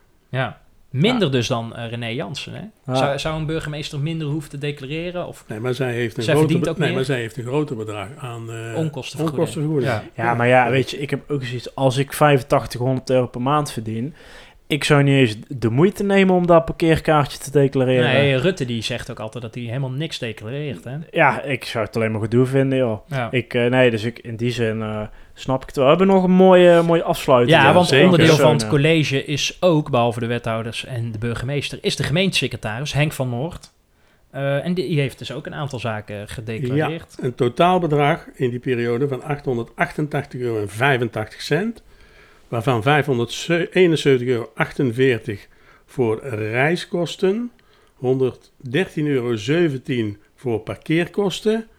Ja. Minder dus dan eh, René Jansen. Hè? Ah. Zou, zou een burgemeester minder hoeven te declareren? Of Nee, maar zij heeft een, Zij groter, verdient be- ook nee, meer? maar zij heeft een groter bedrag aan uh, onkostenvergoeding? onkostenvergoeding. Ja. Ja, maar ja, weet je, ik heb ook zoiets... Als ik vijfentachtighonderd euro per maand verdien... Ik zou niet eens de moeite nemen om dat parkeerkaartje te declareren. Nee, Rutte die zegt ook altijd dat hij helemaal niks declareert. Hè? Ja, ik zou het alleen maar gedoe vinden, joh. Ja. Ik, uh, nee, dus ik, in die zin uh, snap ik het wel. We hebben nog een mooie, mooie afsluiting. Ja, want zeker. onderdeel van het Zo'n, uh, college is ook, behalve de wethouders en de burgemeester, is de gemeentesecretaris Henk van Noort. Uh, en die heeft dus ook een aantal zaken gedeclareerd. Een totaalbedrag in die periode van achthonderdachtentachtig euro en vijfentachtig cent. Waarvan vijfhonderdeenenzeventig euro achtenveertig voor reiskosten. honderddertien euro zeventien voor parkeerkosten.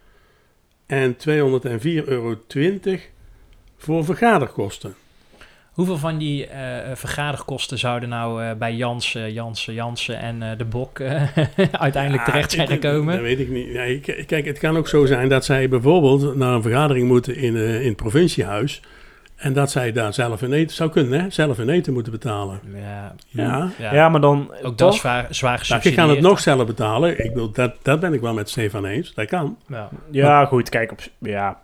En tweehonderdvier euro twintig voor vergaderkosten. Hoeveel van die uh, vergaderkosten zouden nou uh, bij Jansen, Jansen, Jansen en uh, de Bok uh, uiteindelijk Ja, terecht zijn ik- gekomen? Dat weet ik niet. Ja, ik- kijk, het kan ook zo zijn dat zij bijvoorbeeld naar een vergadering moeten in, uh, in het provinciehuis. En dat zij daar zelf hun eten, zou kunnen, hè? Zelf hun eten moeten betalen. Ja, Ja. ja. Ja, maar dan... ook dat toch? is zwaar, zwaar Nou, je gesubsidieerd. kan het nog zelf betalen. Ik bedoel, dat, dat ben ik wel met Stefan eens. Dat kan. Ja. Ja, goed, kijk, op, ja,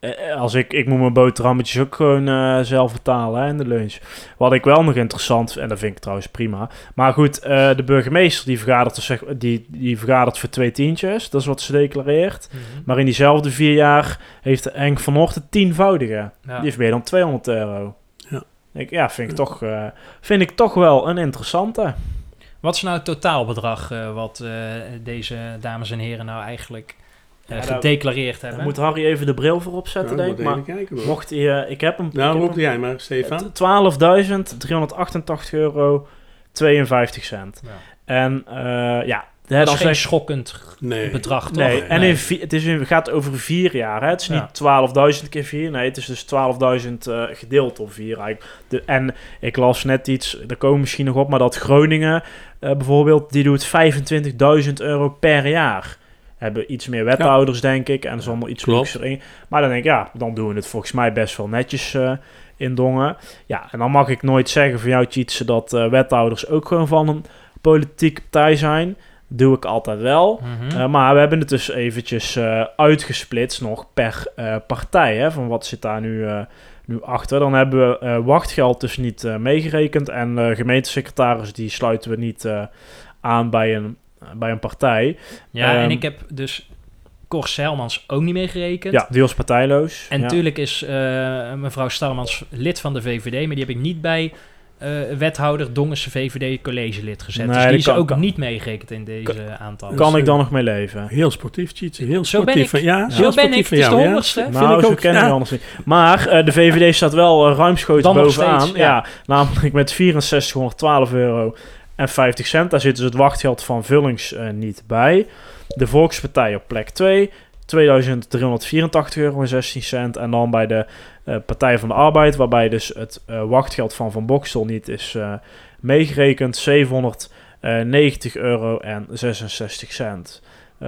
eh, als ik, ik moet mijn boterhammetjes ook gewoon uh, zelf betalen hè, in de lunch. Wat ik wel nog interessant, en dat vind ik trouwens prima. Maar goed, uh, de burgemeester die vergadert, dus zeg, die, die vergadert voor twee tientjes. Dat is wat ze declareert. Mm-hmm. Maar in diezelfde vier jaar heeft Henk van Oort het tienvoudige. Ja. Die heeft meer dan tweehonderd euro. Ja, ik, ja vind, ik toch, uh, vind ik toch wel een interessante. Wat is nou het totaalbedrag uh, wat uh, deze dames en heren nou eigenlijk uh, ja, gedeclareerd daar, hebben? Moet Harry even de bril voor opzetten, ja, denk ik. Maar kijken, mocht hij, uh, ik heb hem... Nou, roep jij maar, Stefan. twaalfduizend driehonderdachtentachtig euro tweeënvijftig cent. Ja. En uh, ja... Dat is dan geen zeg... schokkend nee. bedrag, toch? Nee, en nee. In vier, het, is in, het gaat over vier jaar. Hè? Het is ja. niet twaalfduizend keer vier. Nee, het is dus twaalfduizend uh, gedeeld op vier. Eigenlijk. De, en ik las net iets, daar komen we misschien nog op, maar dat Groningen uh, bijvoorbeeld, die doet vijfentwintigduizend euro per jaar. Hebben iets meer wethouders, ja. denk ik. En er zal nog iets luxer in. Maar dan denk ik, ja, dan doen we het volgens mij best wel netjes uh, in Dongen. Ja, en dan mag ik nooit zeggen van jou, Tjitse, dat uh, wethouders ook gewoon van een politieke partij zijn. Doe ik altijd wel. Mm-hmm. Uh, maar we hebben het dus eventjes uh, uitgesplitst nog per uh, partij. Hè, van wat zit daar nu, uh, nu achter. Dan hebben we uh, wachtgeld dus niet uh, meegerekend. En uh, gemeentesecretaris die sluiten we niet uh, aan bij een, uh, bij een partij. Ja, um, en ik heb dus Cor Zijlmans ook niet meegerekend. Ja, die was partijloos. En ja. natuurlijk is uh, mevrouw Starmans lid van de V V D. Maar die heb ik niet bij... Uh, wethouder Dongense V V D collegelid gezet. Nee, dus die is kan, ook kan. niet meegerekend in deze kan, aantallen. Kan ik dan nog mee leven? Heel sportief, Tjitse. Heel zo sportief. Ben ik, ja, zo ben ik. Het is de honderdste. Ja? Nou, ik zo ook, ken ja. ik anders niet. Maar uh, de V V D staat wel uh, ruimschoots dan bovenaan. Steeds, ja. ja, namelijk met vierenzestighonderdtwaalf euro en vijftig cent. Daar zit dus het wachtgeld van Vullings uh, niet bij. De Volkspartij op plek twee. tweeduizend driehonderdvierentachtig euro en zestien cent. En dan bij de uh, Partij van de Arbeid, waarbij dus het uh, wachtgeld van Van Bokstel niet is uh, meegerekend, zevenhonderdnegentig euro en zesenzestig cent. Uh,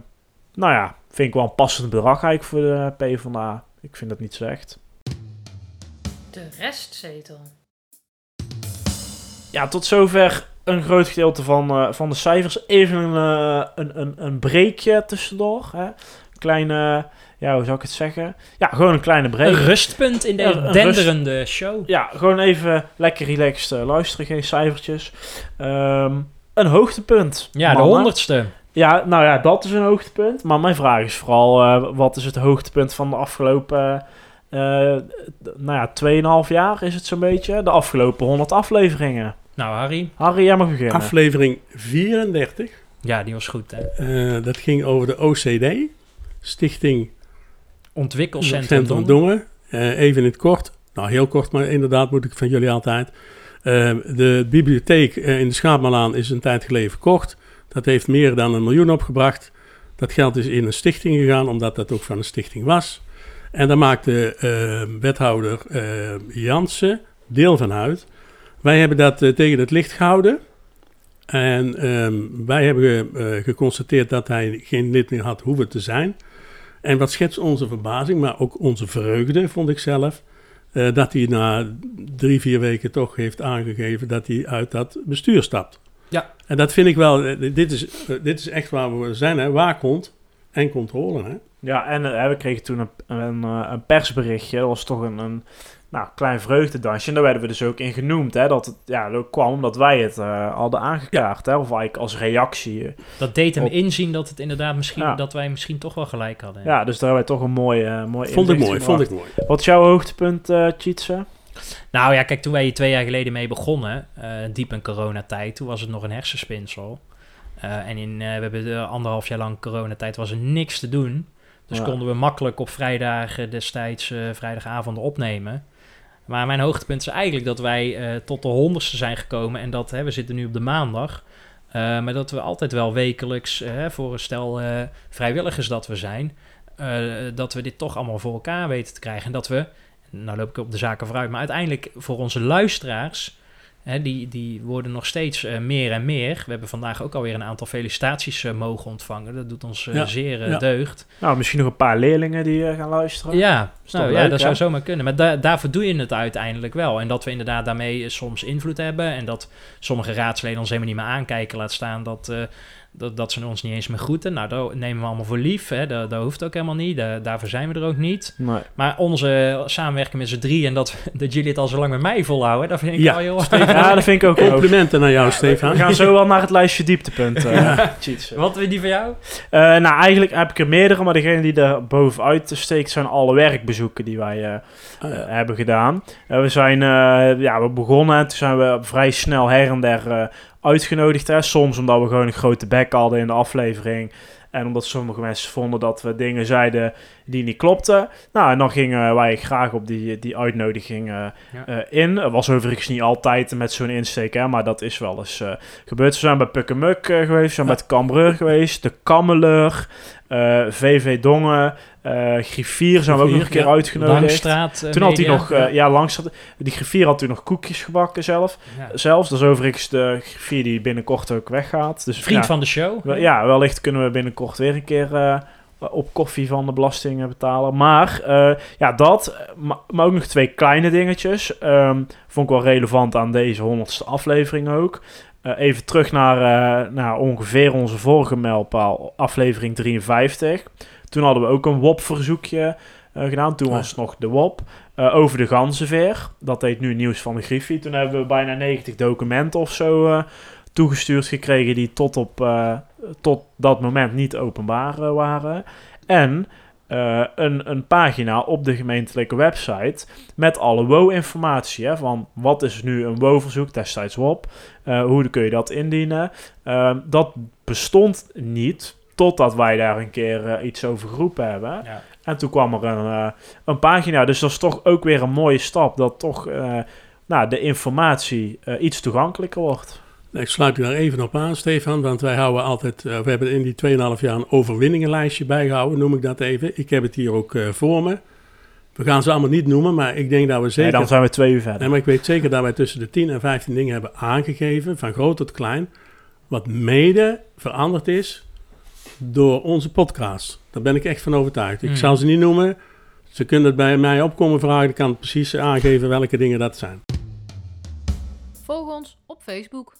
nou ja, vind ik wel een passend bedrag eigenlijk voor de PvdA. Ik vind dat niet slecht. De restzetel. Ja, tot zover een groot gedeelte van, uh, van de cijfers. Even een, uh, een, een, een breekje tussendoor. Hè? Kleine, ja, hoe zou ik het zeggen? Ja, gewoon een kleine break. Een rustpunt in deze ja, denderende rust... show. Ja, gewoon even lekker relaxed uh, luisteren, geen cijfertjes. Um, een hoogtepunt. Ja, mannen. De honderdste. Ja, nou ja, dat is een hoogtepunt. Maar mijn vraag is vooral, uh, wat is het hoogtepunt van de afgelopen... Uh, nou ja, tweeënhalf jaar is het zo'n beetje. De afgelopen honderd afleveringen. Nou, Harry. Harry, jij mag beginnen. Aflevering vierendertig. Ja, die was goed, hè? Uh, dat ging over de O C D, Stichting Ontwikkelcentrum Dongen. Dongen. Uh, even in het kort, nou heel kort, maar inderdaad moet ik van jullie altijd. Uh, de bibliotheek uh, in de Schaapmalaan is een tijd geleden verkocht. Dat heeft meer dan een miljoen opgebracht. Dat geld is in een stichting gegaan, omdat dat ook van een stichting was. En daar maakte uh, wethouder uh, Jansen deel van uit. Wij hebben dat uh, tegen het licht gehouden. En um, wij hebben uh, geconstateerd dat hij geen lid meer had hoeven te zijn. En wat schetst onze verbazing, maar ook onze vreugde, vond ik zelf. Uh, dat hij na drie, vier weken toch heeft aangegeven dat hij uit dat bestuur stapt. Ja. En dat vind ik wel, uh, dit, is, uh, dit is echt waar we zijn, hè? Waakhond en controle. Hè? Ja, en uh, we kregen toen een, een, een persberichtje. Dat was toch een, een nou, klein vreugdedansje. En daar werden we dus ook in genoemd. Hè, dat het ja, dat kwam omdat wij het uh, hadden aangekaart. Hè, of eigenlijk als reactie. Uh, dat deed hem op... inzien dat het inderdaad misschien ja. dat wij misschien toch wel gelijk hadden. Ja, dus daar hebben wij toch een mooi, uh, mooi vond ik mooi, vond ik mooi. Wat is jouw hoogtepunt, uh, Tjitse? Nou ja, kijk, toen wij hier twee jaar geleden mee begonnen, uh, diep in coronatijd, toen was het nog een hersenspinsel. Uh, en in, uh, we hebben de anderhalf jaar lang coronatijd, was er niks te doen. Dus ja. konden we makkelijk op vrijdagen destijds uh, vrijdagavonden opnemen. Maar mijn hoogtepunt is eigenlijk dat wij uh, tot de honderdste zijn gekomen. En dat, hè, we zitten nu op de maandag. Uh, maar dat we altijd wel wekelijks, uh, voor een stel uh, vrijwilligers dat we zijn, uh, dat we dit toch allemaal voor elkaar weten te krijgen. En dat we, nou loop ik op de zaken vooruit, maar uiteindelijk voor onze luisteraars, hè, die, die worden nog steeds uh, meer en meer. We hebben vandaag ook alweer een aantal felicitaties uh, mogen ontvangen. Dat doet ons uh, ja, zeer uh, ja. deugd. Nou, misschien nog een paar leerlingen die uh, gaan luisteren. Ja, nou, leuk, ja dat hè? zou zomaar kunnen. Maar da- daarvoor doe je het uiteindelijk wel. En dat we inderdaad daarmee soms invloed hebben. En dat sommige raadsleden ons helemaal niet meer aankijken. Laat staan dat, uh, dat, dat ze ons niet eens meer groeten. Nou, dat nemen we allemaal voor lief. Hè. Dat, dat hoeft ook helemaal niet. Da, daarvoor zijn we er ook niet. Nee. Maar onze samenwerking met z'n drie en dat, dat jullie het al zo lang met mij volhouden, dat vind ik Ja, wel heel... Ja, dat vind ik ook leuk. Complimenten naar jou, We Stefan. gaan zo wel naar het lijstje dieptepunten. Ja. Cheats. Wat wil die van jou? Uh, nou, eigenlijk heb ik er meerdere, maar degene die er bovenuit steekt zijn alle werkbezoeken die wij uh, Ah, ja. uh, hebben gedaan. Uh, we zijn uh, ja, we begonnen en toen zijn we vrij snel her en der uh, uitgenodigd. Hè. Soms omdat we gewoon een grote bek hadden in de aflevering. En omdat sommige mensen vonden dat we dingen zeiden die niet klopten. Nou, en dan gingen wij graag op die, die uitnodiging uh, Ja. uh, in. Het was overigens niet altijd met zo'n insteek, hè, maar dat is wel eens uh, gebeurd. We zijn bij Pukkemuk uh, geweest, we zijn Ja. bij het Cambreur geweest, de Kammeleur, uh, V V Dongen, uh, Griffier zijn we ook nog een keer ja. uitgenodigd. Langstraat uh, Toen had hij Media. nog, uh, ja, Langstraat, die griffier had toen nog koekjes gebakken zelf. Ja. Zelfs, dat is overigens de griffier die binnenkort ook weggaat. Dus, Vriend ja, van de show. wel- ja, wellicht kunnen we binnenkort weer een keer uh, op koffie van de belastingen betalen. Maar, uh, ja, dat, maar, maar ook nog twee kleine dingetjes. Um, vond ik wel relevant aan deze honderdste aflevering ook. Uh, even terug naar, uh, naar ongeveer onze vorige mijlpaal, aflevering drieënvijftig. Toen hadden we ook een W O P-verzoekje uh, gedaan. Toen Ja. was het nog de W O P. Uh, over de ganzenveer. Dat heet nu Nieuws van de Griffie. Toen hebben we bijna negentig documenten of zo uh, toegestuurd gekregen die tot, op, uh, tot dat moment niet openbaar uh, waren. En uh, een, een pagina op de gemeentelijke website met alle W O-informatie. Hè, van wat is nu een W O-verzoek, destijds W O P. Uh, hoe kun je dat indienen? Uh, dat bestond niet totdat wij daar een keer uh, iets over geroepen hebben. Ja. En toen kwam er een, uh, een pagina. Dus dat is toch ook weer een mooie stap. Dat toch uh, nou, de informatie uh, iets toegankelijker wordt. Ik sluit u daar even op aan, Stefan, want wij houden altijd, uh, we hebben in die twee komma vijf jaar een overwinningenlijstje bijgehouden, noem ik dat even. Ik heb het hier ook uh, voor me. We gaan ze allemaal niet noemen, maar ik denk dat we zeker... Nee, dan zijn we twee uur verder. Nee, maar ik weet zeker dat wij tussen de tien en vijftien dingen hebben aangegeven, van groot tot klein, wat mede veranderd is door onze podcast. Daar ben ik echt van overtuigd. Ik Hmm. zal ze niet noemen. Ze kunnen het bij mij opkomen vragen. Ik kan precies aangeven welke dingen dat zijn. Volg ons op Facebook.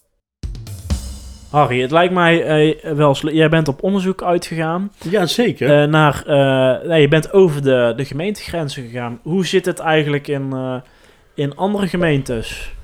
Harry, het lijkt mij uh, wel... sl- Jij bent op onderzoek uitgegaan. Ja, zeker. Uh, naar, uh, nee, je bent over de, de gemeentegrenzen gegaan. Hoe zit het eigenlijk in, uh, in andere gemeentes?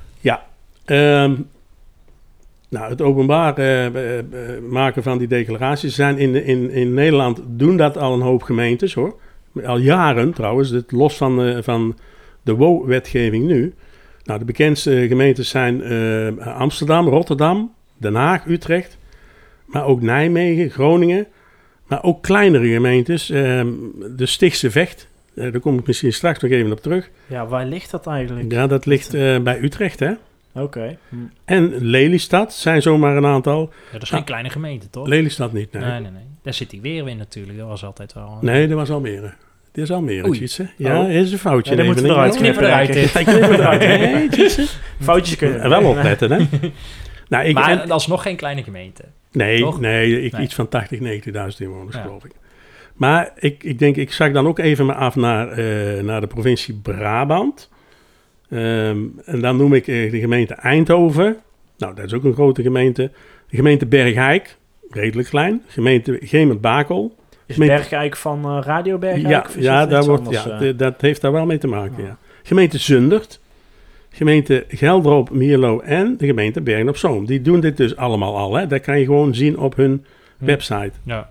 Um, nou, het openbaar uh, uh, uh, maken van die declaraties zijn in, in, in Nederland doen dat al een hoop gemeentes, hoor. Al jaren trouwens, het los van, uh, van de W O wetgeving nu. Nou, de bekendste gemeentes zijn uh, Amsterdam, Rotterdam, Den Haag, Utrecht, maar ook Nijmegen, Groningen, maar ook kleinere gemeentes. Uh, de Stichtse Vecht, uh, daar kom ik misschien straks nog even op terug. Ja, waar ligt dat eigenlijk? Ja, dat ligt uh, bij Utrecht, hè. Oké. Okay. Hm. En Lelystad zijn zomaar een aantal. Ja, dat is Ja. geen kleine gemeente, toch? Lelystad niet, nee. Nee, Nee, nee, nee. Daar zit hij weer in natuurlijk. Dat was altijd wel... dat was Almere. Dit is Almere, Oei. Tjitse. Ja, Oh. is een foutje. Ja, die moeten we even. eruit Knippen eruit, dit. Ja, knippen eruit. Nee, Tjitse. Foutjes kunnen. Wel opletten, hè. Nou, ik, Maar en- dat is nog geen kleine gemeente. nee, toch? nee, ik, Nee. iets van tachtig, negentigduizend inwoners, Ja. geloof ik. Maar ik, ik denk, ik zag dan ook even maar af naar, uh, naar de provincie Brabant. Um, en dan noem ik uh, de gemeente Eindhoven. Nou, dat is ook een grote gemeente. De gemeente Bergijk, redelijk klein. Gemeente Gemert-Bakel. Is Gemeente- Bergijk van uh, Radio Bergijk? Ja, Of is ja, dat daar iets wordt, anders, ja uh? de- dat heeft daar wel mee te maken, Ja. ja. Gemeente Zundert, gemeente Gelderop, Mierlo en de gemeente Bergen op Zoom. Die doen dit dus allemaal al, hè. Dat kan je gewoon zien op hun Hm. website. Ja.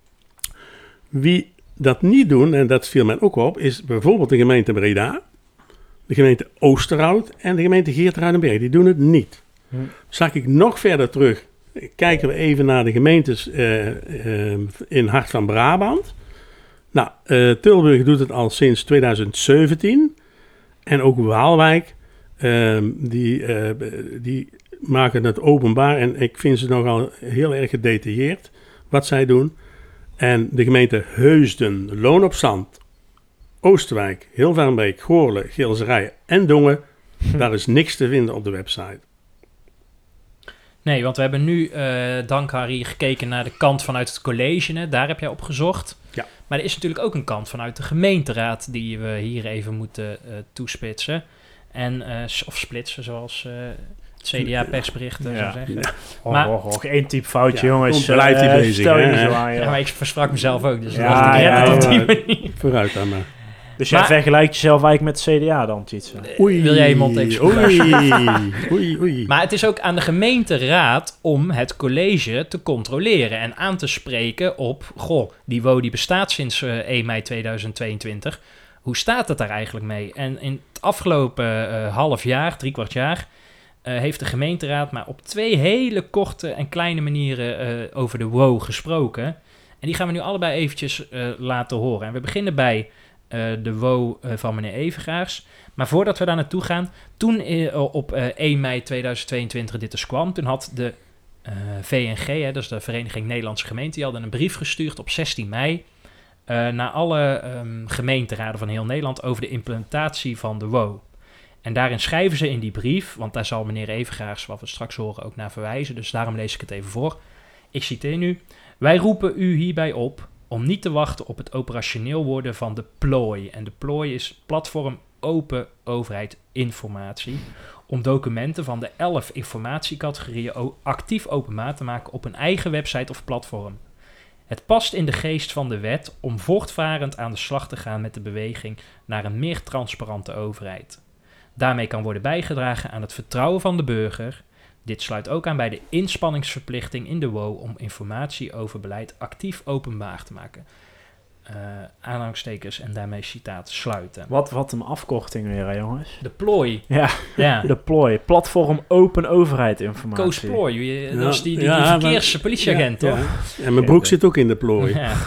Wie dat niet doen, en dat viel mij ook op, is bijvoorbeeld de gemeente Breda, de gemeente Oosterhout en de gemeente Geertruidenberg. Die doen het niet. Hm. Zag ik nog verder terug, kijken we even naar de gemeentes uh, uh, in Hart van Brabant. Nou, uh, Tilburg doet het al sinds tweeduizend zeventien. En ook Waalwijk, uh, die, uh, die maken het openbaar. En ik vind ze nogal heel erg gedetailleerd wat zij doen. En de gemeente Heusden, Loon op Zand, Oosterwijk, Hilvarenbeek, Goorle, Geelzerijen en Dongen. Daar is niks te vinden op de website. Nee, want we hebben nu, uh, dank Harry, gekeken naar de kant vanuit het college. Hè? Daar heb jij op gezocht. Ja. Maar er is natuurlijk ook een kant vanuit de gemeenteraad die we hier even moeten uh, toespitsen. En, uh, of splitsen, zoals uh, C D A-persbericht, uh, Ja. zo zeggen. Ja. Oh, Maar- oh, oh, één type foutje, Ja, jongens. komt beleid hier Eh, bezig, Stel je hè? niet zo aan, Ja, ja. maar ik versprak mezelf ook, dus Ja, dat was ik ja, red het op ja. die manier. Vooruit dan maar. Dus jij Maar- vergelijkt jezelf eigenlijk met C D A dan, Tjitse? Oei. Wil jij je mond even Oei, oei, oei. Maar het is ook aan de gemeenteraad om het college te controleren en aan te spreken op, goh, die W O die bestaat sinds uh, één mei tweeduizend tweeëntwintig. Hoe staat het daar eigenlijk mee? En in het afgelopen uh, half jaar, drie kwart jaar, uh, heeft de gemeenteraad maar op twee hele korte en kleine manieren uh, over de W O gesproken. En die gaan we nu allebei eventjes uh, laten horen. En we beginnen bij uh, de W O uh, van meneer Evengaars. Maar voordat we daar naartoe gaan, toen uh, op uh, één mei tweeduizend tweeëntwintig dit dus kwam, toen had de uh, V N G, hè, dat is de Vereniging Nederlandse Gemeenten, die hadden een brief gestuurd op zestien mei uh, naar alle um, gemeenteraden van heel Nederland over de implementatie van de W O. En daarin schrijven ze in die brief, want daar zal meneer Evengaars, wat we straks horen, ook naar verwijzen, dus daarom lees ik het even voor. Ik citeer nu: wij roepen u hierbij op om niet te wachten op het operationeel worden van de plooi. En de plooi is platform Open Overheid Informatie, om documenten van de elf informatiecategorieën o- actief openbaar te maken op een eigen website of platform. Het past in de geest van de wet om voortvarend aan de slag te gaan met de beweging naar een meer transparante overheid. Daarmee kan worden bijgedragen aan het vertrouwen van de burger. Dit sluit ook aan bij de inspanningsverplichting in de W O om informatie over beleid actief openbaar te maken. Uh, aanhalingstekens en daarmee citaat sluiten. Wat, wat een afkorting weer, hè, jongens. De plooi. Ja, Ja. de plooi. Platform Open Overheid Informatie. Koos Plooi, je- Ja, dat is die, die, ja, die maar- verkeerspolitieagent, Ja, toch? ja. En mijn broek zit ook in de plooi. Ja.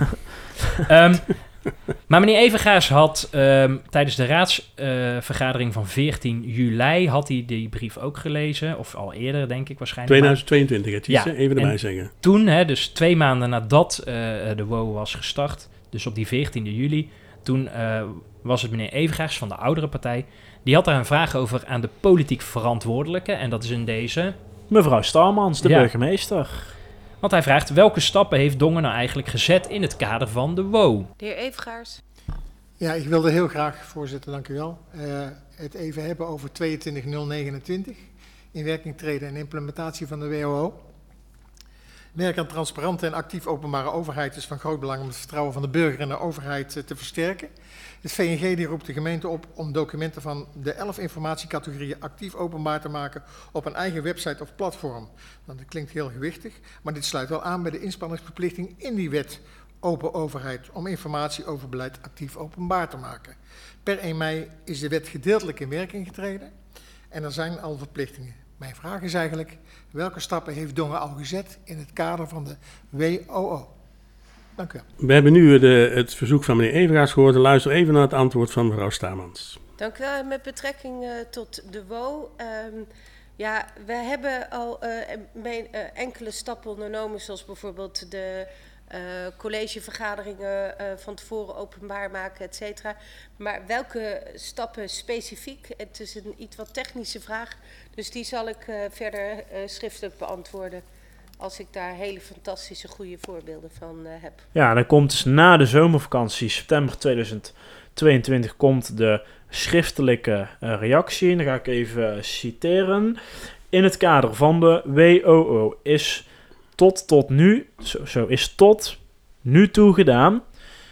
Ehm, maar meneer Evengaars had ehm, tijdens de raadsvergadering uh, van veertien juli had hij die brief ook gelezen. Of al eerder, denk ik waarschijnlijk. tweeduizend tweeëntwintig, het is, Ja, hè? Even erbij en- zeggen. Toen, hè, dus twee maanden nadat uh, de W O was gestart, dus op die veertiende juli, toen uh, was het meneer Evengaars van de oudere partij. Die had daar een vraag over aan de politiek verantwoordelijke. En dat is in deze. Mevrouw Starmans, de Ja. burgemeester. Want hij vraagt, welke stappen heeft Dongen nou eigenlijk gezet in het kader van de W O? De heer Evengaars. Ja, ik wilde heel graag, voorzitter, dank u wel, uh, het even hebben over tweeëntwintig nul negenentwintig. In werking treden en implementatie van de W O O. Werk aan transparante en actief openbare overheid is van groot belang om het vertrouwen van de burger en de overheid uh, te versterken. Het V N G die roept de gemeente op om documenten van de elf informatiecategorieën actief openbaar te maken op een eigen website of platform. Nou, dat klinkt heel gewichtig, maar dit sluit wel aan bij de inspanningsverplichting in die wet Open Overheid om informatie over beleid actief openbaar te maken. Per één mei is de wet gedeeltelijk in werking getreden en er zijn al verplichtingen. Mijn vraag is eigenlijk, welke stappen heeft Dongen al gezet in het kader van de W O O? Dank u wel. We hebben nu de, het verzoek van meneer Evengaars gehoord. En luister even naar het antwoord van mevrouw Starmans. Dank u wel. Met betrekking uh, tot de W O. Um, ja, we hebben al uh, mijn, uh, enkele stappen ondernomen, zoals bijvoorbeeld de uh, collegevergaderingen uh, van tevoren openbaar maken, et cetera. Maar welke stappen specifiek? Het is een iets wat technische vraag, dus die zal ik uh, verder uh, schriftelijk beantwoorden. Als ik daar hele fantastische goede voorbeelden van uh, heb. Ja, dan komt dus na de zomervakantie, september tweeduizend tweeëntwintig, komt de schriftelijke uh, reactie. En dan ga ik even uh, citeren. In het kader van de W O O is tot tot nu, zo, zo is tot nu toe gedaan,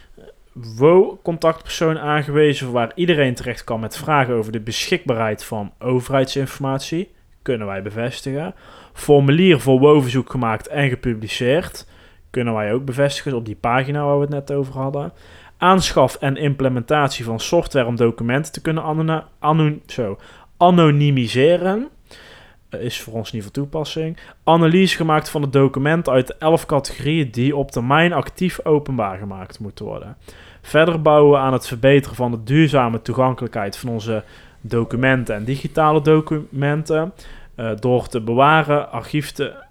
W O-contactpersoon aangewezen waar iedereen terecht kan met vragen over de beschikbaarheid van overheidsinformatie. Kunnen wij bevestigen. Formulier voor W O-verzoek gemaakt en gepubliceerd. Kunnen wij ook bevestigen op die pagina waar we het net over hadden. Aanschaf en implementatie van software om documenten te kunnen anona- anon- zo, anonimiseren. Uh, is voor ons niet van toepassing. Analyse gemaakt van de documenten uit de elf categorieën die op termijn actief openbaar gemaakt moeten worden. Verder bouwen aan het verbeteren van de duurzame toegankelijkheid van onze documenten en digitale documenten. Uh, door te bewaren, archief te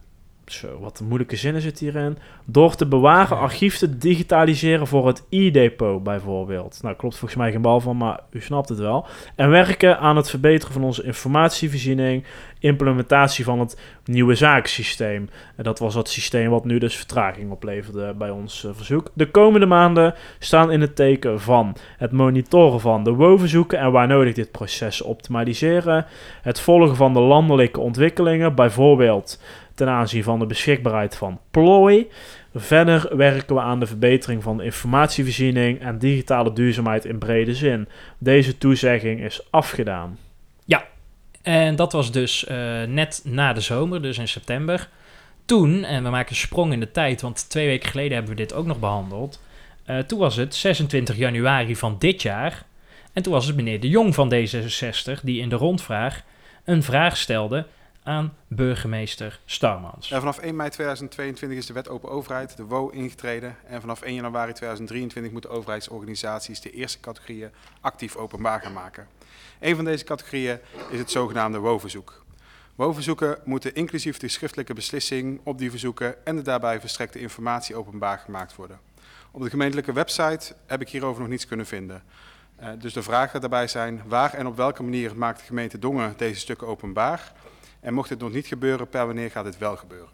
Zo, wat een moeilijke zinnen zit hierin. Door te bewaren, archief te digitaliseren voor het e-depot bijvoorbeeld. Nou, klopt volgens mij geen bal van, maar u snapt het wel. En werken aan het verbeteren van onze informatievoorziening, implementatie van het nieuwe zakensysteem. En dat was dat systeem wat nu dus vertraging opleverde bij ons uh, verzoek. De komende maanden staan in het teken van het monitoren van de W O-verzoeken en waar nodig dit proces optimaliseren. Het volgen van de landelijke ontwikkelingen, bijvoorbeeld ten aanzien van de beschikbaarheid van plooi. Verder werken we aan de verbetering van de informatievoorziening en digitale duurzaamheid in brede zin. Deze toezegging is afgedaan. En dat was dus uh, net na de zomer, dus in september. Toen, en we maken een sprong in de tijd, want twee weken geleden hebben we dit ook nog behandeld. Uh, toen was het zesentwintig januari van dit jaar. En toen was het meneer De Jong van D zesenzestig die in de rondvraag een vraag stelde aan burgemeester Starmans. Ja, vanaf één mei tweeduizend tweeëntwintig is de wet open overheid, de W O, ingetreden. En vanaf één januari tweeduizend drieëntwintig moeten overheidsorganisaties de eerste categorieën actief openbaar gaan maken. Een van deze categorieën is het zogenaamde W O-verzoek. W O-verzoeken moeten inclusief de schriftelijke beslissing op die verzoeken en de daarbij verstrekte informatie openbaar gemaakt worden. Op de gemeentelijke website heb ik hierover nog niets kunnen vinden. Uh, dus de vragen daarbij zijn: waar en op welke manier maakt de gemeente Dongen deze stukken openbaar? En mocht dit nog niet gebeuren, per wanneer gaat dit wel gebeuren?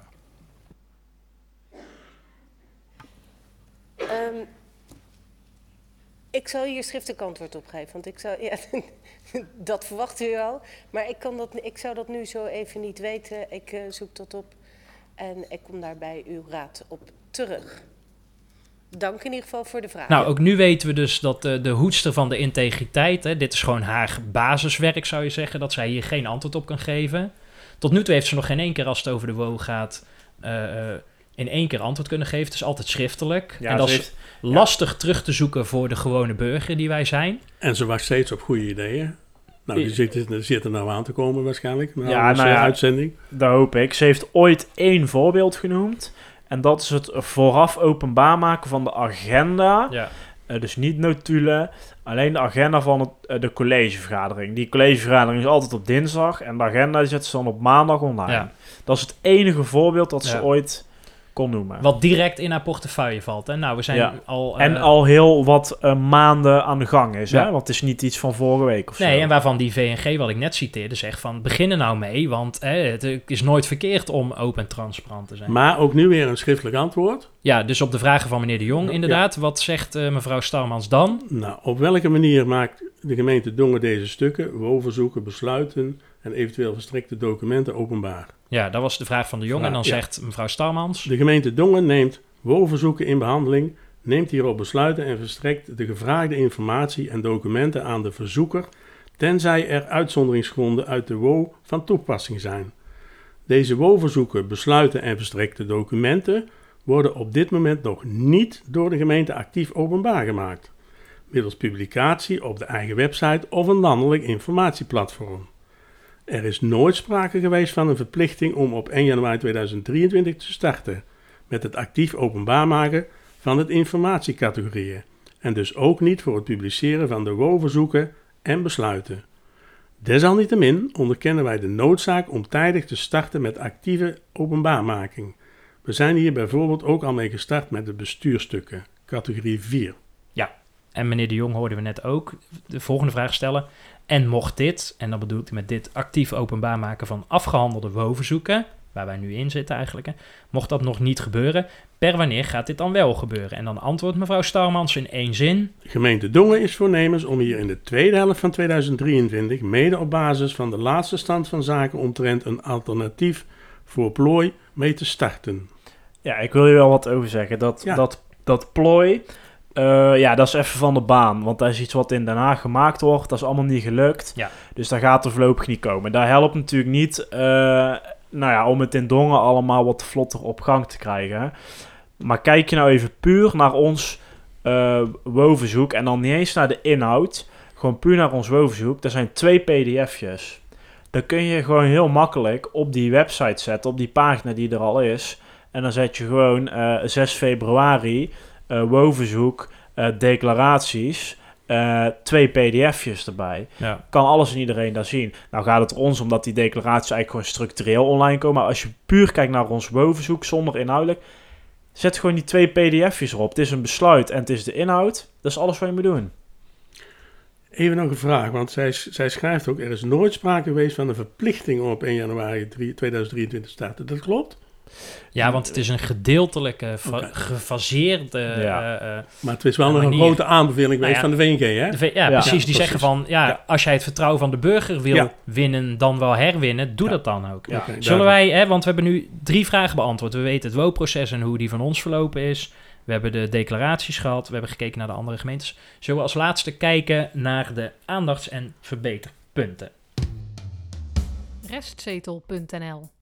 Um, ik zal hier schriftelijk antwoord op geven, want ik zou, ja, dat verwacht u al. Maar ik, kan dat, ik zou dat nu zo even niet weten. Ik uh, zoek dat op en ik kom daarbij uw raad op terug. Dank in ieder geval voor de vraag. Nou, ook nu weten we dus dat uh, de hoedster van de integriteit, hè, dit is gewoon haar basiswerk zou je zeggen, dat zij hier geen antwoord op kan geven. Tot nu toe heeft ze nog geen één keer als het over de W O gaat uh, uh, in één keer antwoord kunnen geven. Het is altijd schriftelijk. Ja, en dat is heeft, lastig ja. terug te zoeken voor de gewone burger die wij zijn. En ze wacht steeds op goede ideeën. Nou, die zitten, zitten nou aan te komen waarschijnlijk. Na ja, onze nou ja, uitzending. Dat hoop ik. Ze heeft ooit één voorbeeld genoemd. En dat is het vooraf openbaar maken van de agenda. Ja. Uh, dus niet notulen, alleen de agenda van het, uh, de collegevergadering. Die collegevergadering is altijd op dinsdag en de agenda zet ze dan op maandag online. Ja. Dat is het enige voorbeeld dat ze Ja. ooit kon noemen. Wat direct in haar portefeuille valt. Hè? Nou, we zijn Ja. al... Uh, En al heel wat uh, maanden aan de gang is, Ja. hè? Want het is niet iets van vorige week of zo. Nee, en waarvan die V N G, wat ik net citeerde, zegt van begin er nou mee, want hè, het is nooit verkeerd om open en transparant te zijn. Maar ook nu weer een schriftelijk antwoord. Ja, dus op de vragen van meneer De Jong inderdaad. Wat zegt uh, mevrouw Starmans dan? Nou, op welke manier maakt de gemeente Dongen deze stukken, W O-verzoeken, besluiten en eventueel verstrekte documenten openbaar? Ja, dat was de vraag van De Jong. Ja, en dan ja. zegt mevrouw Starmans... De gemeente Dongen neemt W O-verzoeken in behandeling, neemt hierop besluiten en verstrekt de gevraagde informatie en documenten aan de verzoeker, tenzij er uitzonderingsgronden uit de W O van toepassing zijn. Deze W O-verzoeken, besluiten en verstrekte documenten worden op dit moment nog niet door de gemeente actief openbaar gemaakt, middels publicatie op de eigen website of een landelijk informatieplatform. Er is nooit sprake geweest van een verplichting om op één januari tweeduizend drieëntwintig te starten met het actief openbaar maken van het informatiecategorieën en dus ook niet voor het publiceren van de W O-verzoeken en besluiten. Desalniettemin onderkennen wij de noodzaak om tijdig te starten met actieve openbaarmaking. We zijn hier bijvoorbeeld ook al mee gestart met de bestuurstukken, categorie vier. En meneer De Jong hoorden we net ook de volgende vraag stellen. En mocht dit, en dan bedoel ik met dit actief openbaar maken van afgehandelde W O-verzoeken, waar wij nu in zitten eigenlijk, hè, mocht dat nog niet gebeuren, per wanneer gaat dit dan wel gebeuren? En dan antwoordt mevrouw Starmans in één zin. Gemeente Dongen is voornemens om hier in de tweede helft van tweeduizend drieëntwintig, mede op basis van de laatste stand van zaken omtrent een alternatief voor plooi mee te starten. Ja, ik wil je wel wat over zeggen. Dat, Ja. dat, dat plooi, uh, ja, dat is even van de baan. Want dat is iets wat in Den Haag gemaakt wordt. Dat is allemaal niet gelukt. Ja. Dus daar gaat er voorlopig niet komen. Daar helpt natuurlijk niet, uh, nou ja, om het in Dongen allemaal wat vlotter op gang te krijgen. Maar kijk je nou even puur naar ons uh, W O-verzoek en dan niet eens naar de inhoud. Gewoon puur naar ons W O-verzoek. Er zijn twee P D F'jes. Dan kun je gewoon heel makkelijk op die website zetten, op die pagina die er al is. En dan zet je gewoon uh, zes februari, uh, W O-verzoek, uh, declaraties. uh, twee P D F'jes erbij. Ja. Kan alles en iedereen daar zien. Nou gaat het er ons om dat die declaraties eigenlijk gewoon structureel online komen. Maar als je puur kijkt naar ons bovenzoek, zonder inhoudelijk, zet gewoon die twee P D F'jes erop. Het is een besluit en het is de inhoud. Dat is alles wat je moet doen. Even nog een vraag, want zij, zij schrijft ook, er is nooit sprake geweest van een verplichting om op één januari tweeduizend drieëntwintig te starten. Dat klopt? Ja, want het is een gedeeltelijke, fa- Okay. gefaseerde... Ja. Uh, uh, Maar het is wel nog een manier. grote aanbeveling geweest Nou ja, van de V N G, hè? de v- ja, Ja, precies. ja, Die precies. zeggen van, ja, Ja. als jij het vertrouwen van de burger wil Ja. winnen, dan wel herwinnen, doe Ja. dat dan ook. Ja. Oké, Zullen duidelijk. wij, hè, want we hebben nu drie vragen beantwoord. We weten het W O-proces en hoe die van ons verlopen is. We hebben de declaraties gehad. We hebben gekeken naar de andere gemeentes. Zullen we als laatste kijken naar de aandachts- en verbeterpunten? restzetel punt n l.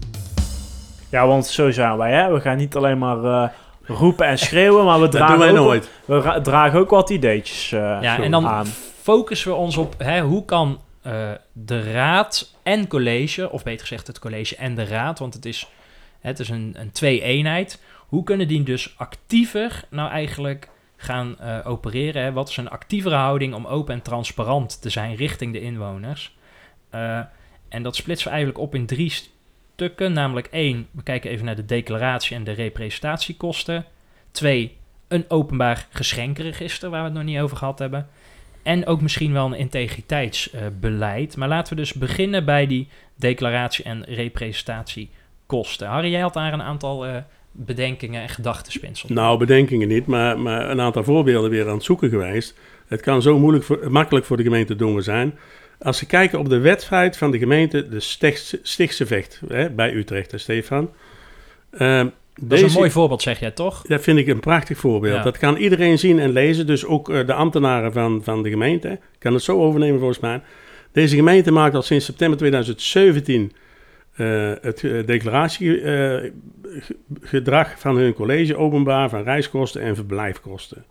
Ja, want zo zijn wij, hè. We gaan niet alleen maar uh, roepen en schreeuwen, maar we Dat dragen, doen wij ook, nooit. we ra- dragen ook wat ideetjes uh, Ja, zo en dan aan. focussen we ons op hè, hoe kan uh, de raad en college, of beter gezegd het college en de raad, want het is, het is een, een twee-eenheid. Hoe kunnen die dus actiever nou eigenlijk gaan uh, opereren? Hè? Wat is een actievere houding om open en transparant te zijn richting de inwoners? Uh, en dat splitsen we eigenlijk op in drie stukken. Namelijk één, we kijken even naar de declaratie en de representatiekosten. Twee, een openbaar geschenkenregister, waar we het nog niet over gehad hebben. En ook misschien wel een integriteitsbeleid. Uh, maar laten we dus beginnen bij die declaratie en representatiekosten. Harry, jij had daar een aantal uh, bedenkingen en gedachtenspinsels. Nou, bedenkingen niet, maar, maar een aantal voorbeelden weer aan het zoeken geweest. Het kan zo moeilijk voor, makkelijk voor de gemeente Dongen zijn. Als ze kijken op de website van de gemeente, de Stichtse, Stichtse Vecht, hè, bij Utrecht, hè, Stefan. Uh, Dat deze, is een mooi voorbeeld, zeg jij toch? Dat vind ik een prachtig voorbeeld. Ja. Dat kan iedereen zien en lezen, dus ook uh, de ambtenaren van, van de gemeente. Ik kan het zo overnemen volgens mij. Deze gemeente maakt al sinds september tweeduizend zeventien uh, het uh, declaratiegedrag uh, van hun college openbaar, van reiskosten en verblijfkosten.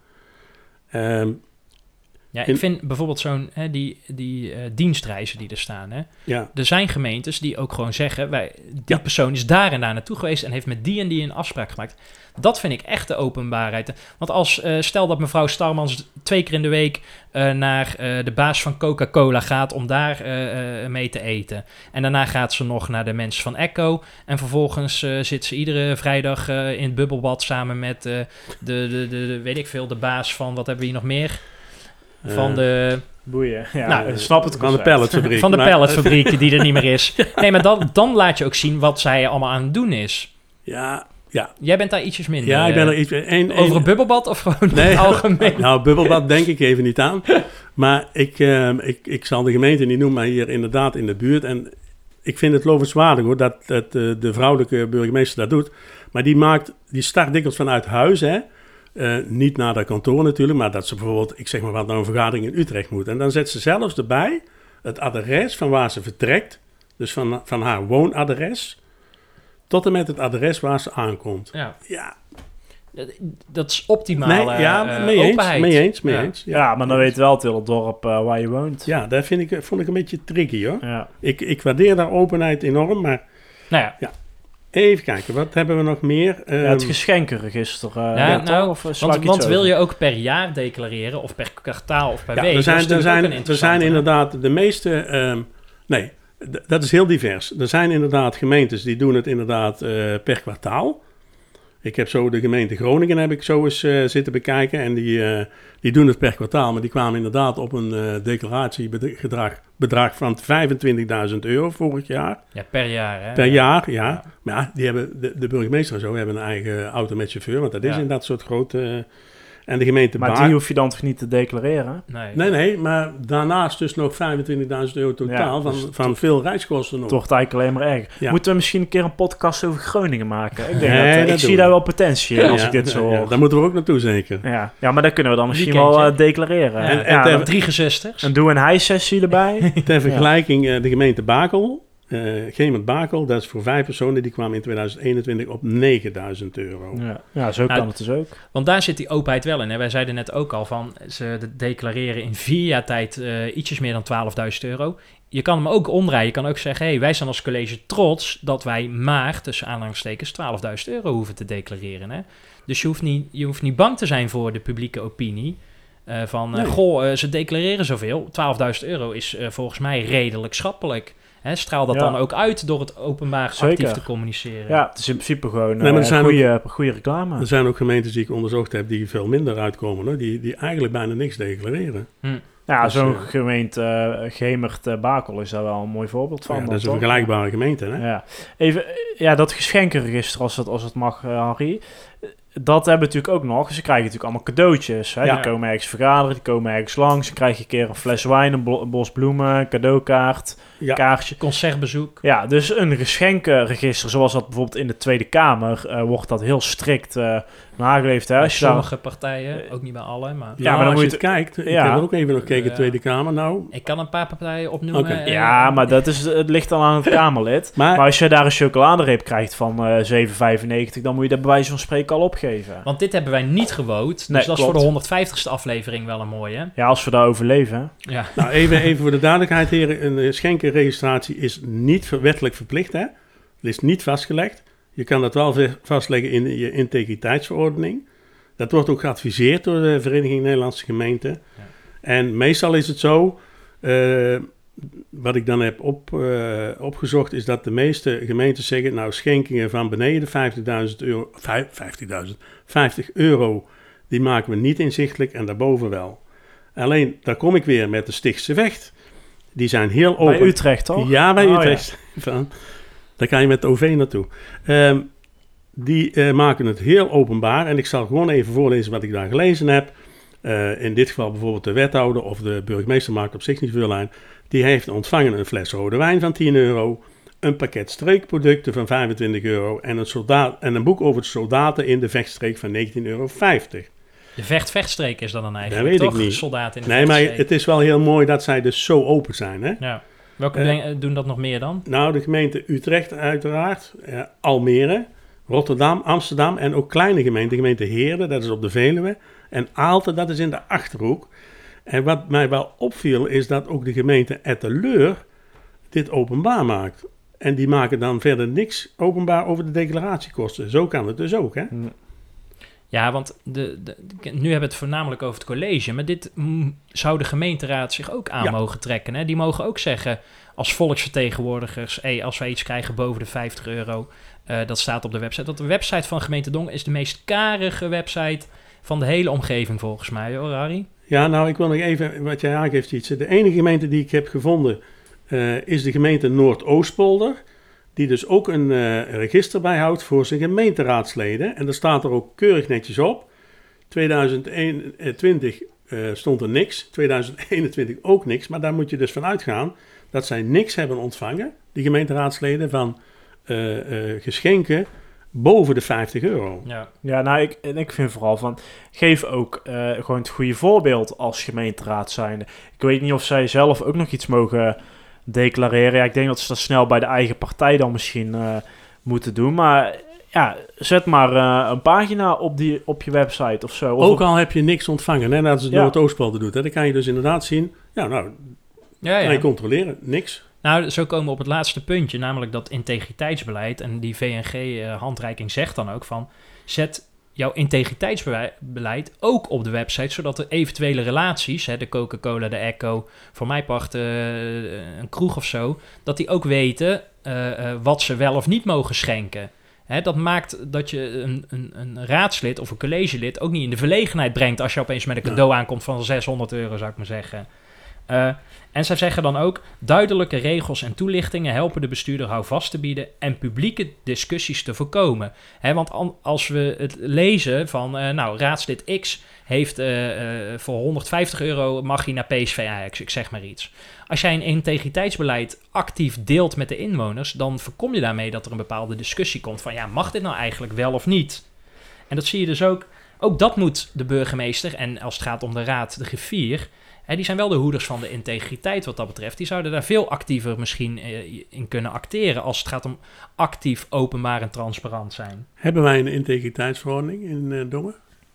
Um, Ja, in, ik vind bijvoorbeeld zo'n, hè, die, die uh, dienstreizen die er staan. Hè. Ja. Er zijn gemeentes die ook gewoon zeggen, wij, die Ja. persoon is daar en daar naartoe geweest en heeft met die en die een afspraak gemaakt. Dat vind ik echt de openbaarheid. Want als, uh, stel dat mevrouw Starmans twee keer in de week uh, naar uh, de baas van Coca-Cola gaat om daar uh, uh, mee te eten. En daarna gaat ze nog naar de mensen van Echo. En vervolgens uh, zit ze iedere vrijdag uh, in het bubbelbad samen met uh, de, de, de, de, weet ik veel, de baas van, wat hebben we hier nog meer? Van de... Boeien. Ja, Nou, ik snap het van de concept. pelletfabriek. Van de maar- pelletfabriek die er niet meer is. Nee, maar dan, dan laat je ook zien wat zij allemaal aan het doen is. Ja, ja. Jij bent daar ietsjes minder. Ja, ik ben er eh, iets... Een, over een- een bubbelbad of gewoon Nee. in het algemeen? Nou, bubbelbad denk ik even niet aan. Maar ik, uh, ik, ik zal de gemeente niet noemen, maar hier inderdaad in de buurt. En ik vind het lovenswaardig hoor, dat, dat uh, de vrouwelijke burgemeester dat doet. Maar die maakt, die start dikwijls vanuit huis, hè. Uh, niet naar dat kantoor natuurlijk, maar dat ze bijvoorbeeld, ik zeg maar wat, naar een vergadering in Utrecht moet. En dan zet ze zelfs erbij het adres van waar ze vertrekt. Dus van, van haar woonadres tot en met het adres waar ze aankomt. Ja, Ja, dat, dat is optimale nee, ja eh, mee eens, openheid. mee eens, mee Ja. eens. Ja, maar dan weet wel het hele dorp uh, waar je woont. Ja, dat vind ik, vond ik een beetje tricky hoor. Ja. Ik, ik waardeer daar openheid enorm, maar Nou ja, even kijken, wat hebben we nog meer? Ja, het Ehm, geschenkenregister. Uh, Ja, ja, nou, toch? Of, uh, sla want, ik iets want wil over? je ook per jaar declareren of per kwartaal of per ja, week? er Dat zijn, is er natuurlijk ook zijn, een er zijn interessante. inderdaad de meeste... ehm, nee, d- dat is heel divers. Er zijn inderdaad gemeentes die doen het inderdaad uh, per kwartaal. Ik heb zo de gemeente Groningen heb ik zo eens uh, zitten bekijken. En die, uh, die doen het per kwartaal. Maar die kwamen inderdaad op een uh, declaratiebedrag bedrag van vijfentwintigduizend euro vorig jaar. Ja, per jaar. Hè? Per Ja. jaar, ja. Ja. Maar ja, die hebben, de, de burgemeester en zo hebben een eigen auto met chauffeur. Want dat is Ja. in dat soort grote... Uh, en de gemeente Maar Baak- die hoef je dan toch niet te declareren? Nee. Nee, nee, maar daarnaast dus nog vijfentwintigduizend euro totaal Ja, van, dus van veel reiskosten nog. Toch eigenlijk alleen maar erg. Ja. Moeten we misschien een keer een podcast over Groningen maken? Ik, denk Nee, dat, uh, dat ik doen zie we. daar wel potentie in als Ja, ik dit zo ja, ja, hoor. daar moeten we ook naartoe zeker. Ja. ja, maar dat kunnen we dan misschien Weekendje. wel uh, declareren. Ja, En- En, en ja, ter- dan- Drie gezusters. en doe een high-sessie erbij. Ter vergelijking, uh, de gemeente Bakel, uh, Geement Bakel, dat is voor vijf personen, die kwamen in tweeduizend eenentwintig op negenduizend euro. ja. ja, zo Nou, kan het dus ook. Want daar zit die openheid wel in. Hè. Wij zeiden net ook al van, ze de- declareren in vier jaar tijd uh, ietsjes meer dan twaalfduizend euro. Je kan hem ook omdraaien. Je kan ook zeggen, hey, wij zijn als college trots dat wij maar, tussen aanhalingstekens, twaalfduizend euro hoeven te declareren. Hè. Dus je hoeft, niet, je hoeft niet bang te zijn voor de publieke opinie. Uh, van, uh, Nee. goh, uh, ze declareren zoveel. twaalfduizend euro is uh, volgens mij redelijk schappelijk. Hè, straal dat Ja. dan ook uit door het openbaar Zeker. actief te communiceren. Ja, het is in principe gewoon Nee, maar er uh, zijn goede, goede reclame. Er zijn ook gemeentes die ik onderzocht heb die veel minder uitkomen, hoor. Die, die eigenlijk bijna niks declareren. Hm. Ja, Dus, zo'n uh, gemeente uh, Gemert uh, Bakel is daar wel een mooi voorbeeld van. Ja, dan dat is een toch? vergelijkbare gemeente, hè? Ja. Even, ja, dat geschenkenregister, als het, als het mag, uh, Harry. Dat hebben we natuurlijk ook nog. Ze krijgen natuurlijk allemaal cadeautjes. Hè? Ja. Die komen ergens vergaderen, die komen ergens langs. Dan krijg je een keer een fles wijn, een, blo- een bos bloemen, een cadeaukaart, Ja. kaartje. Concertbezoek. Ja, dus een geschenkenregister, zoals dat bijvoorbeeld in de Tweede Kamer, uh, wordt dat heel strikt uh, nageleefd. Hè? Bij Als je daar- sommige partijen, ook niet bij alle, maar... Ja, Ja, maar maar dan als moet je je het kijkt, ik ja. heb er ook even nog gekeken, Ja. Tweede Kamer, nou... Ik kan een paar partijen opnoemen. Oké. eh, Ja, maar dat is, het ligt dan aan het Kamerlid. Maar, Maar als je daar een chocoladereep krijgt van uh, zeven vijfennegentig, dan moet je dat bij wijze van spreken al opgeven. Want dit hebben wij niet gewoond. Dus Nee, dat is voor klopt. de honderdvijftigste aflevering wel een mooie. Ja, als we daar overleven. hè. Ja. nou, even, even voor de duidelijkheid, heren. Een eh, schenkenregistratie is niet ver- wettelijk verplicht, hè? Het is niet vastgelegd. Je kan dat wel ver- vastleggen in je integriteitsverordening. Dat wordt ook geadviseerd door de Vereniging Nederlandse Gemeenten. Ja. En meestal is het zo, eh, wat ik dan heb op, eh, opgezocht, is dat de meeste gemeentes zeggen, nou, schenkingen van beneden vijftigduizend euro, vijf- vijftigduizend, vijftig euro, die maken we niet inzichtelijk en daarboven wel. Alleen, daar kom ik weer met de Stichtse Vecht. Die zijn heel open. Bij Utrecht, toch? Ja, bij Oh, Utrecht. Van, daar kan je met de O V naartoe. Ehm, die eh, maken het heel openbaar. En ik zal gewoon even voorlezen wat ik daar gelezen heb. Eh, in dit geval bijvoorbeeld de wethouder of de burgemeester maakt op zich niet veel uit. Die heeft ontvangen een fles rode wijn van tien euro. Een pakket streekproducten van vijfentwintig euro. En een, soldaat, en een boek over de soldaten in de vechtstreek van negentien euro vijftig. De vecht-vechtstreek is dan dan eigenlijk, weet ik toch? niet. Soldaten in de Nee, maar vechtstreek. het is wel heel mooi dat zij dus zo open zijn, hè? Ja. Welke Eh, ben- doen dat nog meer dan? Nou, de gemeente Utrecht uiteraard, eh, Almere, Rotterdam, Amsterdam en ook kleine gemeenten. De gemeente Heerde, dat is op de Veluwe. En Aalten, dat is in de Achterhoek. En wat mij wel opviel, is dat ook de gemeente Etteleur dit openbaar maakt. En die maken dan verder niks openbaar over de declaratiekosten. Zo kan het dus ook, hè? Ja, want de, de, de- nu hebben we het voornamelijk over het college. Maar dit mm, zou de gemeenteraad zich ook aan Ja. mogen trekken. Hè? Die mogen ook zeggen als volksvertegenwoordigers... Hey, als wij iets krijgen boven de vijftig euro, uh, dat staat op de website. Dat de website van gemeente Dongen is de meest karige website van de hele omgeving volgens mij, hoor, Harry. Ja, nou, ik wil nog even, wat jij aangeeft iets. De enige gemeente die ik heb gevonden uh, is de gemeente Noordoostpolder. Die dus ook een uh, register bijhoudt voor zijn gemeenteraadsleden. En daar staat er ook keurig netjes op. tweeduizend eenentwintig uh, stond er niks. tweeduizend eenentwintig ook niks. Maar daar moet je dus van uitgaan dat zij niks hebben ontvangen, die gemeenteraadsleden, van uh, uh, geschenken boven de vijftig euro. Ja. Ja, nou, ik, en ik vind vooral van, geef ook uh, gewoon het goede voorbeeld als gemeenteraad zijnde. Ik weet niet of zij zelf ook nog iets mogen declareren. Ja, ik denk dat ze dat snel bij de eigen partij dan misschien uh, moeten doen. Maar ja, zet maar uh, een pagina op, die, op je website of zo. Of ook op... al heb je niks ontvangen, hè, dat is het Ja. Noordoostpolder doet. Hè, dan kan je dus inderdaad zien, ja, nou, Ja, ja. kan je controleren, niks. Nou, zo komen we op het laatste puntje, namelijk dat integriteitsbeleid. En die V N G-handreiking zegt dan ook van, zet jouw integriteitsbeleid ook op de website, zodat de eventuele relaties, hè, de Coca-Cola, de Echo, voor mij part uh, een kroeg of zo, dat die ook weten uh, uh, wat ze wel of niet mogen schenken. Hè, dat maakt dat je een, een, een raadslid of een collegelid ook niet in de verlegenheid brengt als je opeens met een cadeau aankomt van zeshonderd euro, zou ik maar zeggen. Uh, en zij zeggen dan ook, duidelijke regels en toelichtingen helpen de bestuurder houvast te bieden en publieke discussies te voorkomen. He, want an, als we het lezen van, uh, nou, raadslid X heeft uh, uh, voor honderdvijftig euro mag hij naar P S V Ajax, ik zeg maar iets. Als jij een integriteitsbeleid actief deelt met de inwoners, dan voorkom je daarmee dat er een bepaalde discussie komt van, ja, mag dit nou eigenlijk wel of niet? En dat zie je dus ook, ook dat moet de burgemeester, en als het gaat om de raad, de griffier, He, die zijn wel de hoeders van de integriteit wat dat betreft. Die zouden daar veel actiever misschien uh, in kunnen acteren als het gaat om actief, openbaar en transparant zijn. Hebben wij een integriteitsverordening in uh, Dongen?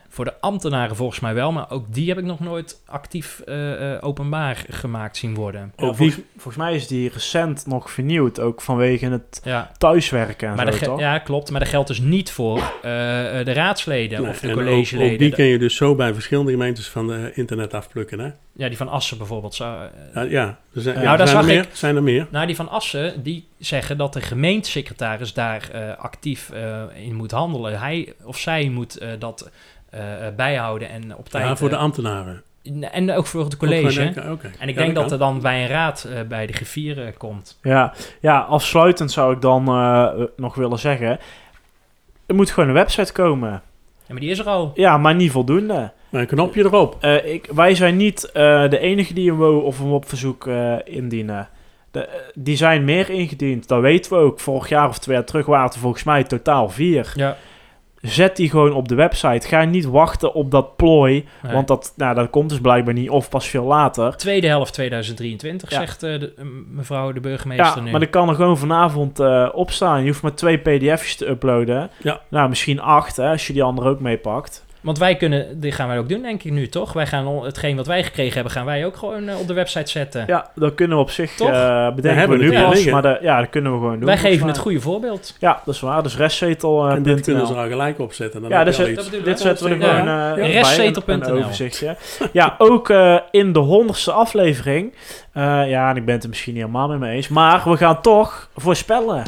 Voor de ambtenaren volgens mij wel, maar ook die heb ik nog nooit actief uh, uh, openbaar gemaakt zien worden. Ja, volgens, volgens mij is die recent nog vernieuwd, ook vanwege het ja. thuiswerken en maar zo, de toch? Ja, klopt. Maar dat geldt dus niet voor uh, de raadsleden Nee, of de en collegeleden. Ook, ook die kun je dus zo bij verschillende gemeentes van de internet afplukken, hè? Ja, die van Assen bijvoorbeeld. Zou, uh, Ja, ja. Er zijn, Uh, ja, nou, daar zijn, er zag meer, ik- zijn er meer. Nou, die van Assen, die zeggen dat de gemeentesecretaris daar uh, actief uh, in moet handelen. Hij of zij moet uh, dat uh, bijhouden en op tijd... Ja, voor de uh, ambtenaren. en ook voor het college. Ook gewoon- okay. En ik Ja, denk dat kan. er dan bij een raad uh, bij de griffier uh, komt. Ja, ja, afsluitend zou ik dan uh, nog willen zeggen, er moet gewoon een website komen. Ja, maar die is er al. Ja, maar niet voldoende. Maar een knopje erop. Uh, ik, wij zijn niet uh, de enige die een W O of een W O P-verzoek uh, indienen. De, uh, die zijn meer ingediend, dat weten we ook. Vorig jaar of twee jaar terug waren het er volgens mij totaal vier. Ja. Zet die gewoon op de website. Ga niet wachten op dat plooi, Nee. want dat, nou, dat komt dus blijkbaar niet, of pas veel later. Tweede helft tweeduizend drieëntwintig, Ja. zegt uh, de, uh, mevrouw de burgemeester Ja, nu. maar dat kan er gewoon vanavond uh, op staan. Je hoeft maar twee P D F's te uploaden. Ja. Nou, misschien acht, hè, als je die andere ook meepakt. Want wij kunnen, dit gaan wij ook doen denk ik nu, toch? Wij gaan al- hetgeen wat wij gekregen hebben, gaan wij ook gewoon uh, op de website zetten. Ja, dat kunnen we op zich Toch? uh, bedenken hebben we we nu het pas, liggen. maar de, ja, dat kunnen we gewoon doen. wij volgens geven mij. het goede voorbeeld. Ja, dat is waar. Dus restzetel. Uh, En dit kunnen ze .nl. al gelijk opzetten. Dan Ja, heb dus je al het- iets. dat bedoel ik. Dit zetten we er Ja. gewoon uh, Ja. bij, Restzetel punt n l. een, een overzichtje. Ja, ook uh, in de honderdste aflevering. Uh, ja, en ik ben het er misschien niet helemaal mee mee eens. Maar we gaan toch voorspellen.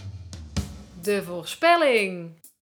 De voorspelling.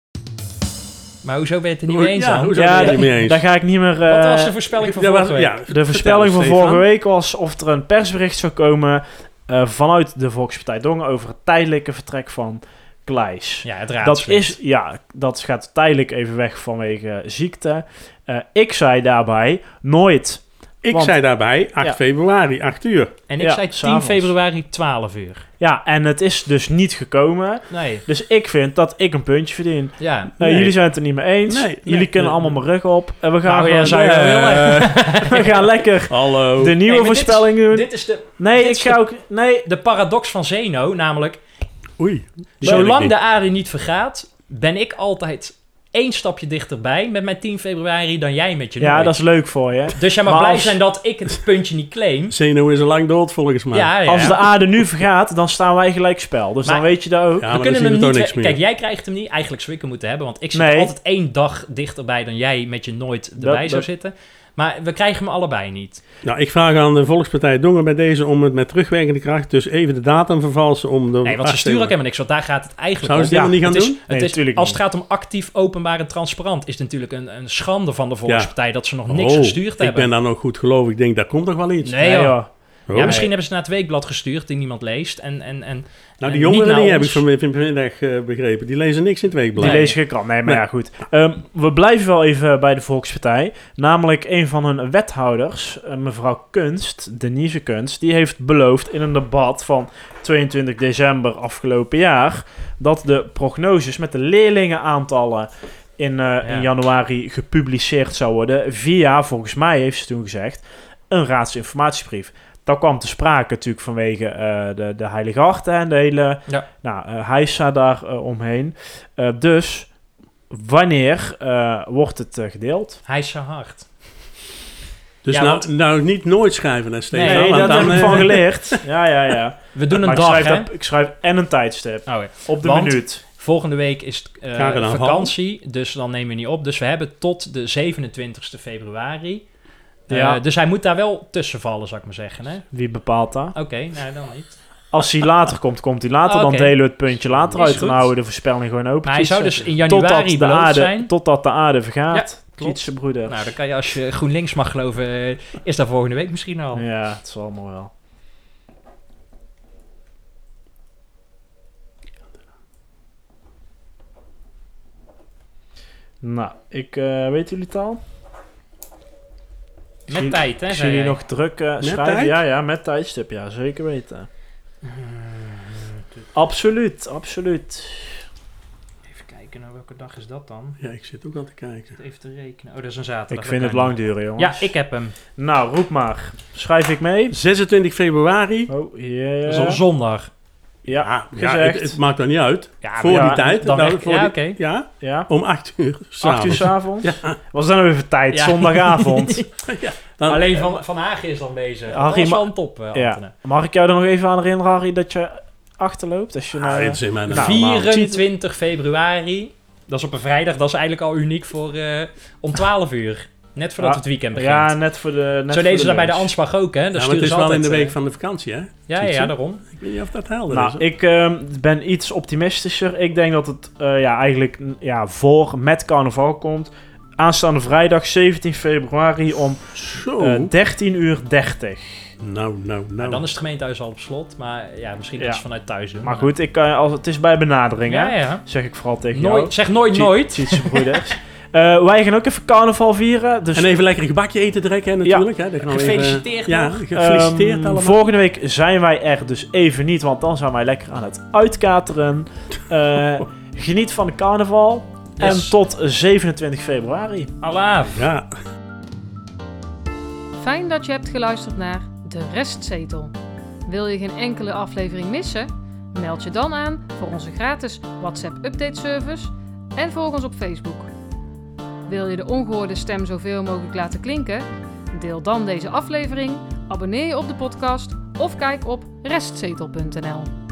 Maar hoezo ben je het er niet Hoe- mee eens ja, dan? hoezo ben je het er niet mee eens? Daar ga ik niet meer... uh, Wat was de voorspelling van Ja, vorige maar- week? ja, De voorspelling van Stefan. vorige week was of er een persbericht zou komen uh, vanuit de Volkspartij Dongen over het tijdelijke vertrek van Kleijs. Ja, het Dat raadslid. is, ja, dat gaat tijdelijk even weg vanwege ziekte. Uh, ik zei daarbij nooit. Ik Want- zei daarbij acht Ja. februari, acht uur. En ik Ja, zei tien s'avonds. februari, twaalf uur. Ja, en het is dus niet gekomen. Nee, Dus ik vind dat ik een puntje verdien. ja. Uh, Nee. Jullie zijn het er niet mee eens. Nee, nee, jullie kunnen nee. allemaal mijn rug op. En we gaan Nou, ja, gewoon zou je wel uh, we gaan lekker Hallo. de nieuwe Nee, maar dit is- voorspelling doen. Dit is de, nee, dit ik is ga de- ook... Nee, de paradox van Zeno, namelijk... Oei. die ken ik Zolang niet. de aarde niet vergaat, ben ik altijd één stapje dichterbij met mijn tien februari dan jij met je ja, nooit. dat is leuk voor je. Dus jij mag Maar blij als- zijn dat ik het puntje niet claim. Zeno is al lang dood, volgens mij. Ja, ja. Als de aarde nu vergaat, dan staan wij gelijk spel. Dus Maar- dan weet je dat ook. Ja, we maar dan kunnen zien hem we toch niet... niks we- meer. Kijk, jij krijgt hem niet. Eigenlijk zou ik hem moeten hebben, want ik zit Nee. altijd één dag dichterbij dan jij met je nooit erbij Dat- zou dat- zitten. Maar we krijgen hem allebei niet. Nou, ik vraag aan de Volkspartij Dongen bij deze om het met terugwerkende kracht dus even de datum vervalsen om de... Nee, want ze sturen ook helemaal niks, want daar gaat het eigenlijk Zouden ze om. dit helemaal niet gaan het is, doen? Het Nee, is, natuurlijk als niet. het gaat om actief, openbaar en transparant, is het natuurlijk een, een schande van de Volkspartij dat ze nog niks Oh, gestuurd ik hebben. ben daar nog goed geloof. Ik denk, daar komt nog wel iets. Nee, joh. joh. Oh. Ja, misschien hebben ze naar het weekblad gestuurd die niemand leest. En, en, en, Nou, en die jongeren niet die naar heb ik ons. van- vanmiddag uh, begrepen. Die lezen niks in het weekblad. Die Nee. lees ik krant. Nee, maar Nee. ja, goed. Um, we blijven wel even bij de Volkspartij. Namelijk een van hun wethouders, uh, mevrouw Kunst, Denise Kunst, die heeft beloofd in een debat van tweeëntwintig december afgelopen jaar dat de prognoses met de leerlingenaantallen in, uh, Ja. in januari gepubliceerd zou worden via, volgens mij heeft ze toen gezegd, een raadsinformatiebrief. Dat kwam te sprake natuurlijk vanwege uh, de, de Heilige Harten en de hele Ja. nou, uh, heisa daar uh, omheen. Uh, dus wanneer uh, wordt het uh, gedeeld? Hij is zo hard. Dus Ja, nou, want- nou niet nooit schrijven, hè, Stefan. Nee, Nee, want dat dan, heb ik eh, van geleerd. Ja, ja, ja. We doen een Maar ik dag, schrijf, hè? dat- ik schrijf en een tijdstip. Oh, ja. Op de Want- minuut. Volgende week is het uh, Graag gedaan, vakantie, dus dan nemen we niet op. Dus we hebben tot de zevenentwintigste februari. Uh, Ja. Dus hij moet daar wel tussen vallen, zou ik maar zeggen. Hè? Wie bepaalt dat? Oké, nou dan niet. Als hij later komt, komt hij later. Oh, Dan oké. delen we het puntje later Is uit. goed. Dan houden we de voorspelling gewoon open. Maar hij zou dus in januari totdat de, beloofd aarde, zijn. totdat de aarde vergaat. klopt. Kietse broeder. Nou, dan kan je als je GroenLinks mag geloven, uh, is dat volgende week misschien al. Ja, het zal allemaal wel. Nou, ik uh, weet jullie het al? Met tijd, hè? Ik zie zei jullie jij. nog druk uh, schrijven. tijd? Ja, ja, met tijdstip. Ja, zeker weten. Absoluut, absoluut. Even kijken, nou welke dag is dat dan? Ja, ik zit ook aan te kijken. Even te rekenen. Oh, dat is een zaterdag. Ik vind dat het kan lang niet. duren, jongens. Ja, ik heb hem. Nou, roep maar. Schrijf ik mee? zesentwintig februari. Oh, yeah. Dat is op zondag. Ja, Ja, ja, gezegd. het, het maakt dan niet uit. Ja, voor maar ja, die tijd. dan nou, werk- voor ja, die- oké. ja, ja, om acht uur acht uur s'avonds. s'avonds. Ja. Was dat nou even tijd? Ja. Zondagavond. Dan- Alleen Van, van Hagen is dan bezig. Harry, Dat is wel ma- een top, uh, Ja. Antene. Mag ik jou er nog even aan herinneren, Harry, dat je achterloopt? Als je Ah, nou, dit is in mijn Nou, normaal. vierentwintig februari. Dat is op een vrijdag. Dat is eigenlijk al uniek voor uh, om twaalf uur. Net voordat Ja. het weekend begint. ja, net voor de net Zo voor deden ze de dat bij de lunch. Ansbach ook, hè? Ja, Dat maar sturen het is ze wel in altijd, de week uh, van de vakantie, hè? Ja, Ziet ja, ze? daarom. Ik weet niet of dat helder Nou, is. hoor. ik ehm, ben iets optimistischer. Ik denk dat het eh, ja, eigenlijk mm, ja, voor met carnaval komt. Aanstaande vrijdag zeventien februari om Zo. eh, dertien uur dertig. nou, nou, nou. Nou, dan is het gemeentehuis al op slot. Maar ja, misschien dat Ja. ze vanuit thuis doen. Maar goed, ik, eh, als, het is bij benadering, Ja, hè? ja. Zeg ik vooral tegen jou. Nooit, zeg nooit Tje- nooit. Tjitse broeders. Eh, wij gaan ook even carnaval vieren. Dus En even lekker een gebakje eten direct, hè, natuurlijk. Hè? Dat gaan we even- Gefeliciteerd Ja, nog. gefeliciteerd Ehm, allemaal. Volgende week zijn wij er dus even niet, want dan zijn wij lekker aan het uitkateren. Eh, geniet van de carnaval. Yes. En tot zevenentwintig februari. Allah. Ja. Fijn dat je hebt geluisterd naar De Restzetel. Wil je geen enkele aflevering missen? Meld je dan aan voor onze gratis WhatsApp update service en volg ons op Facebook. Wil je de ongehoorde stem zoveel mogelijk laten klinken? Deel dan deze aflevering, abonneer je op de podcast of kijk op restzetel punt n l.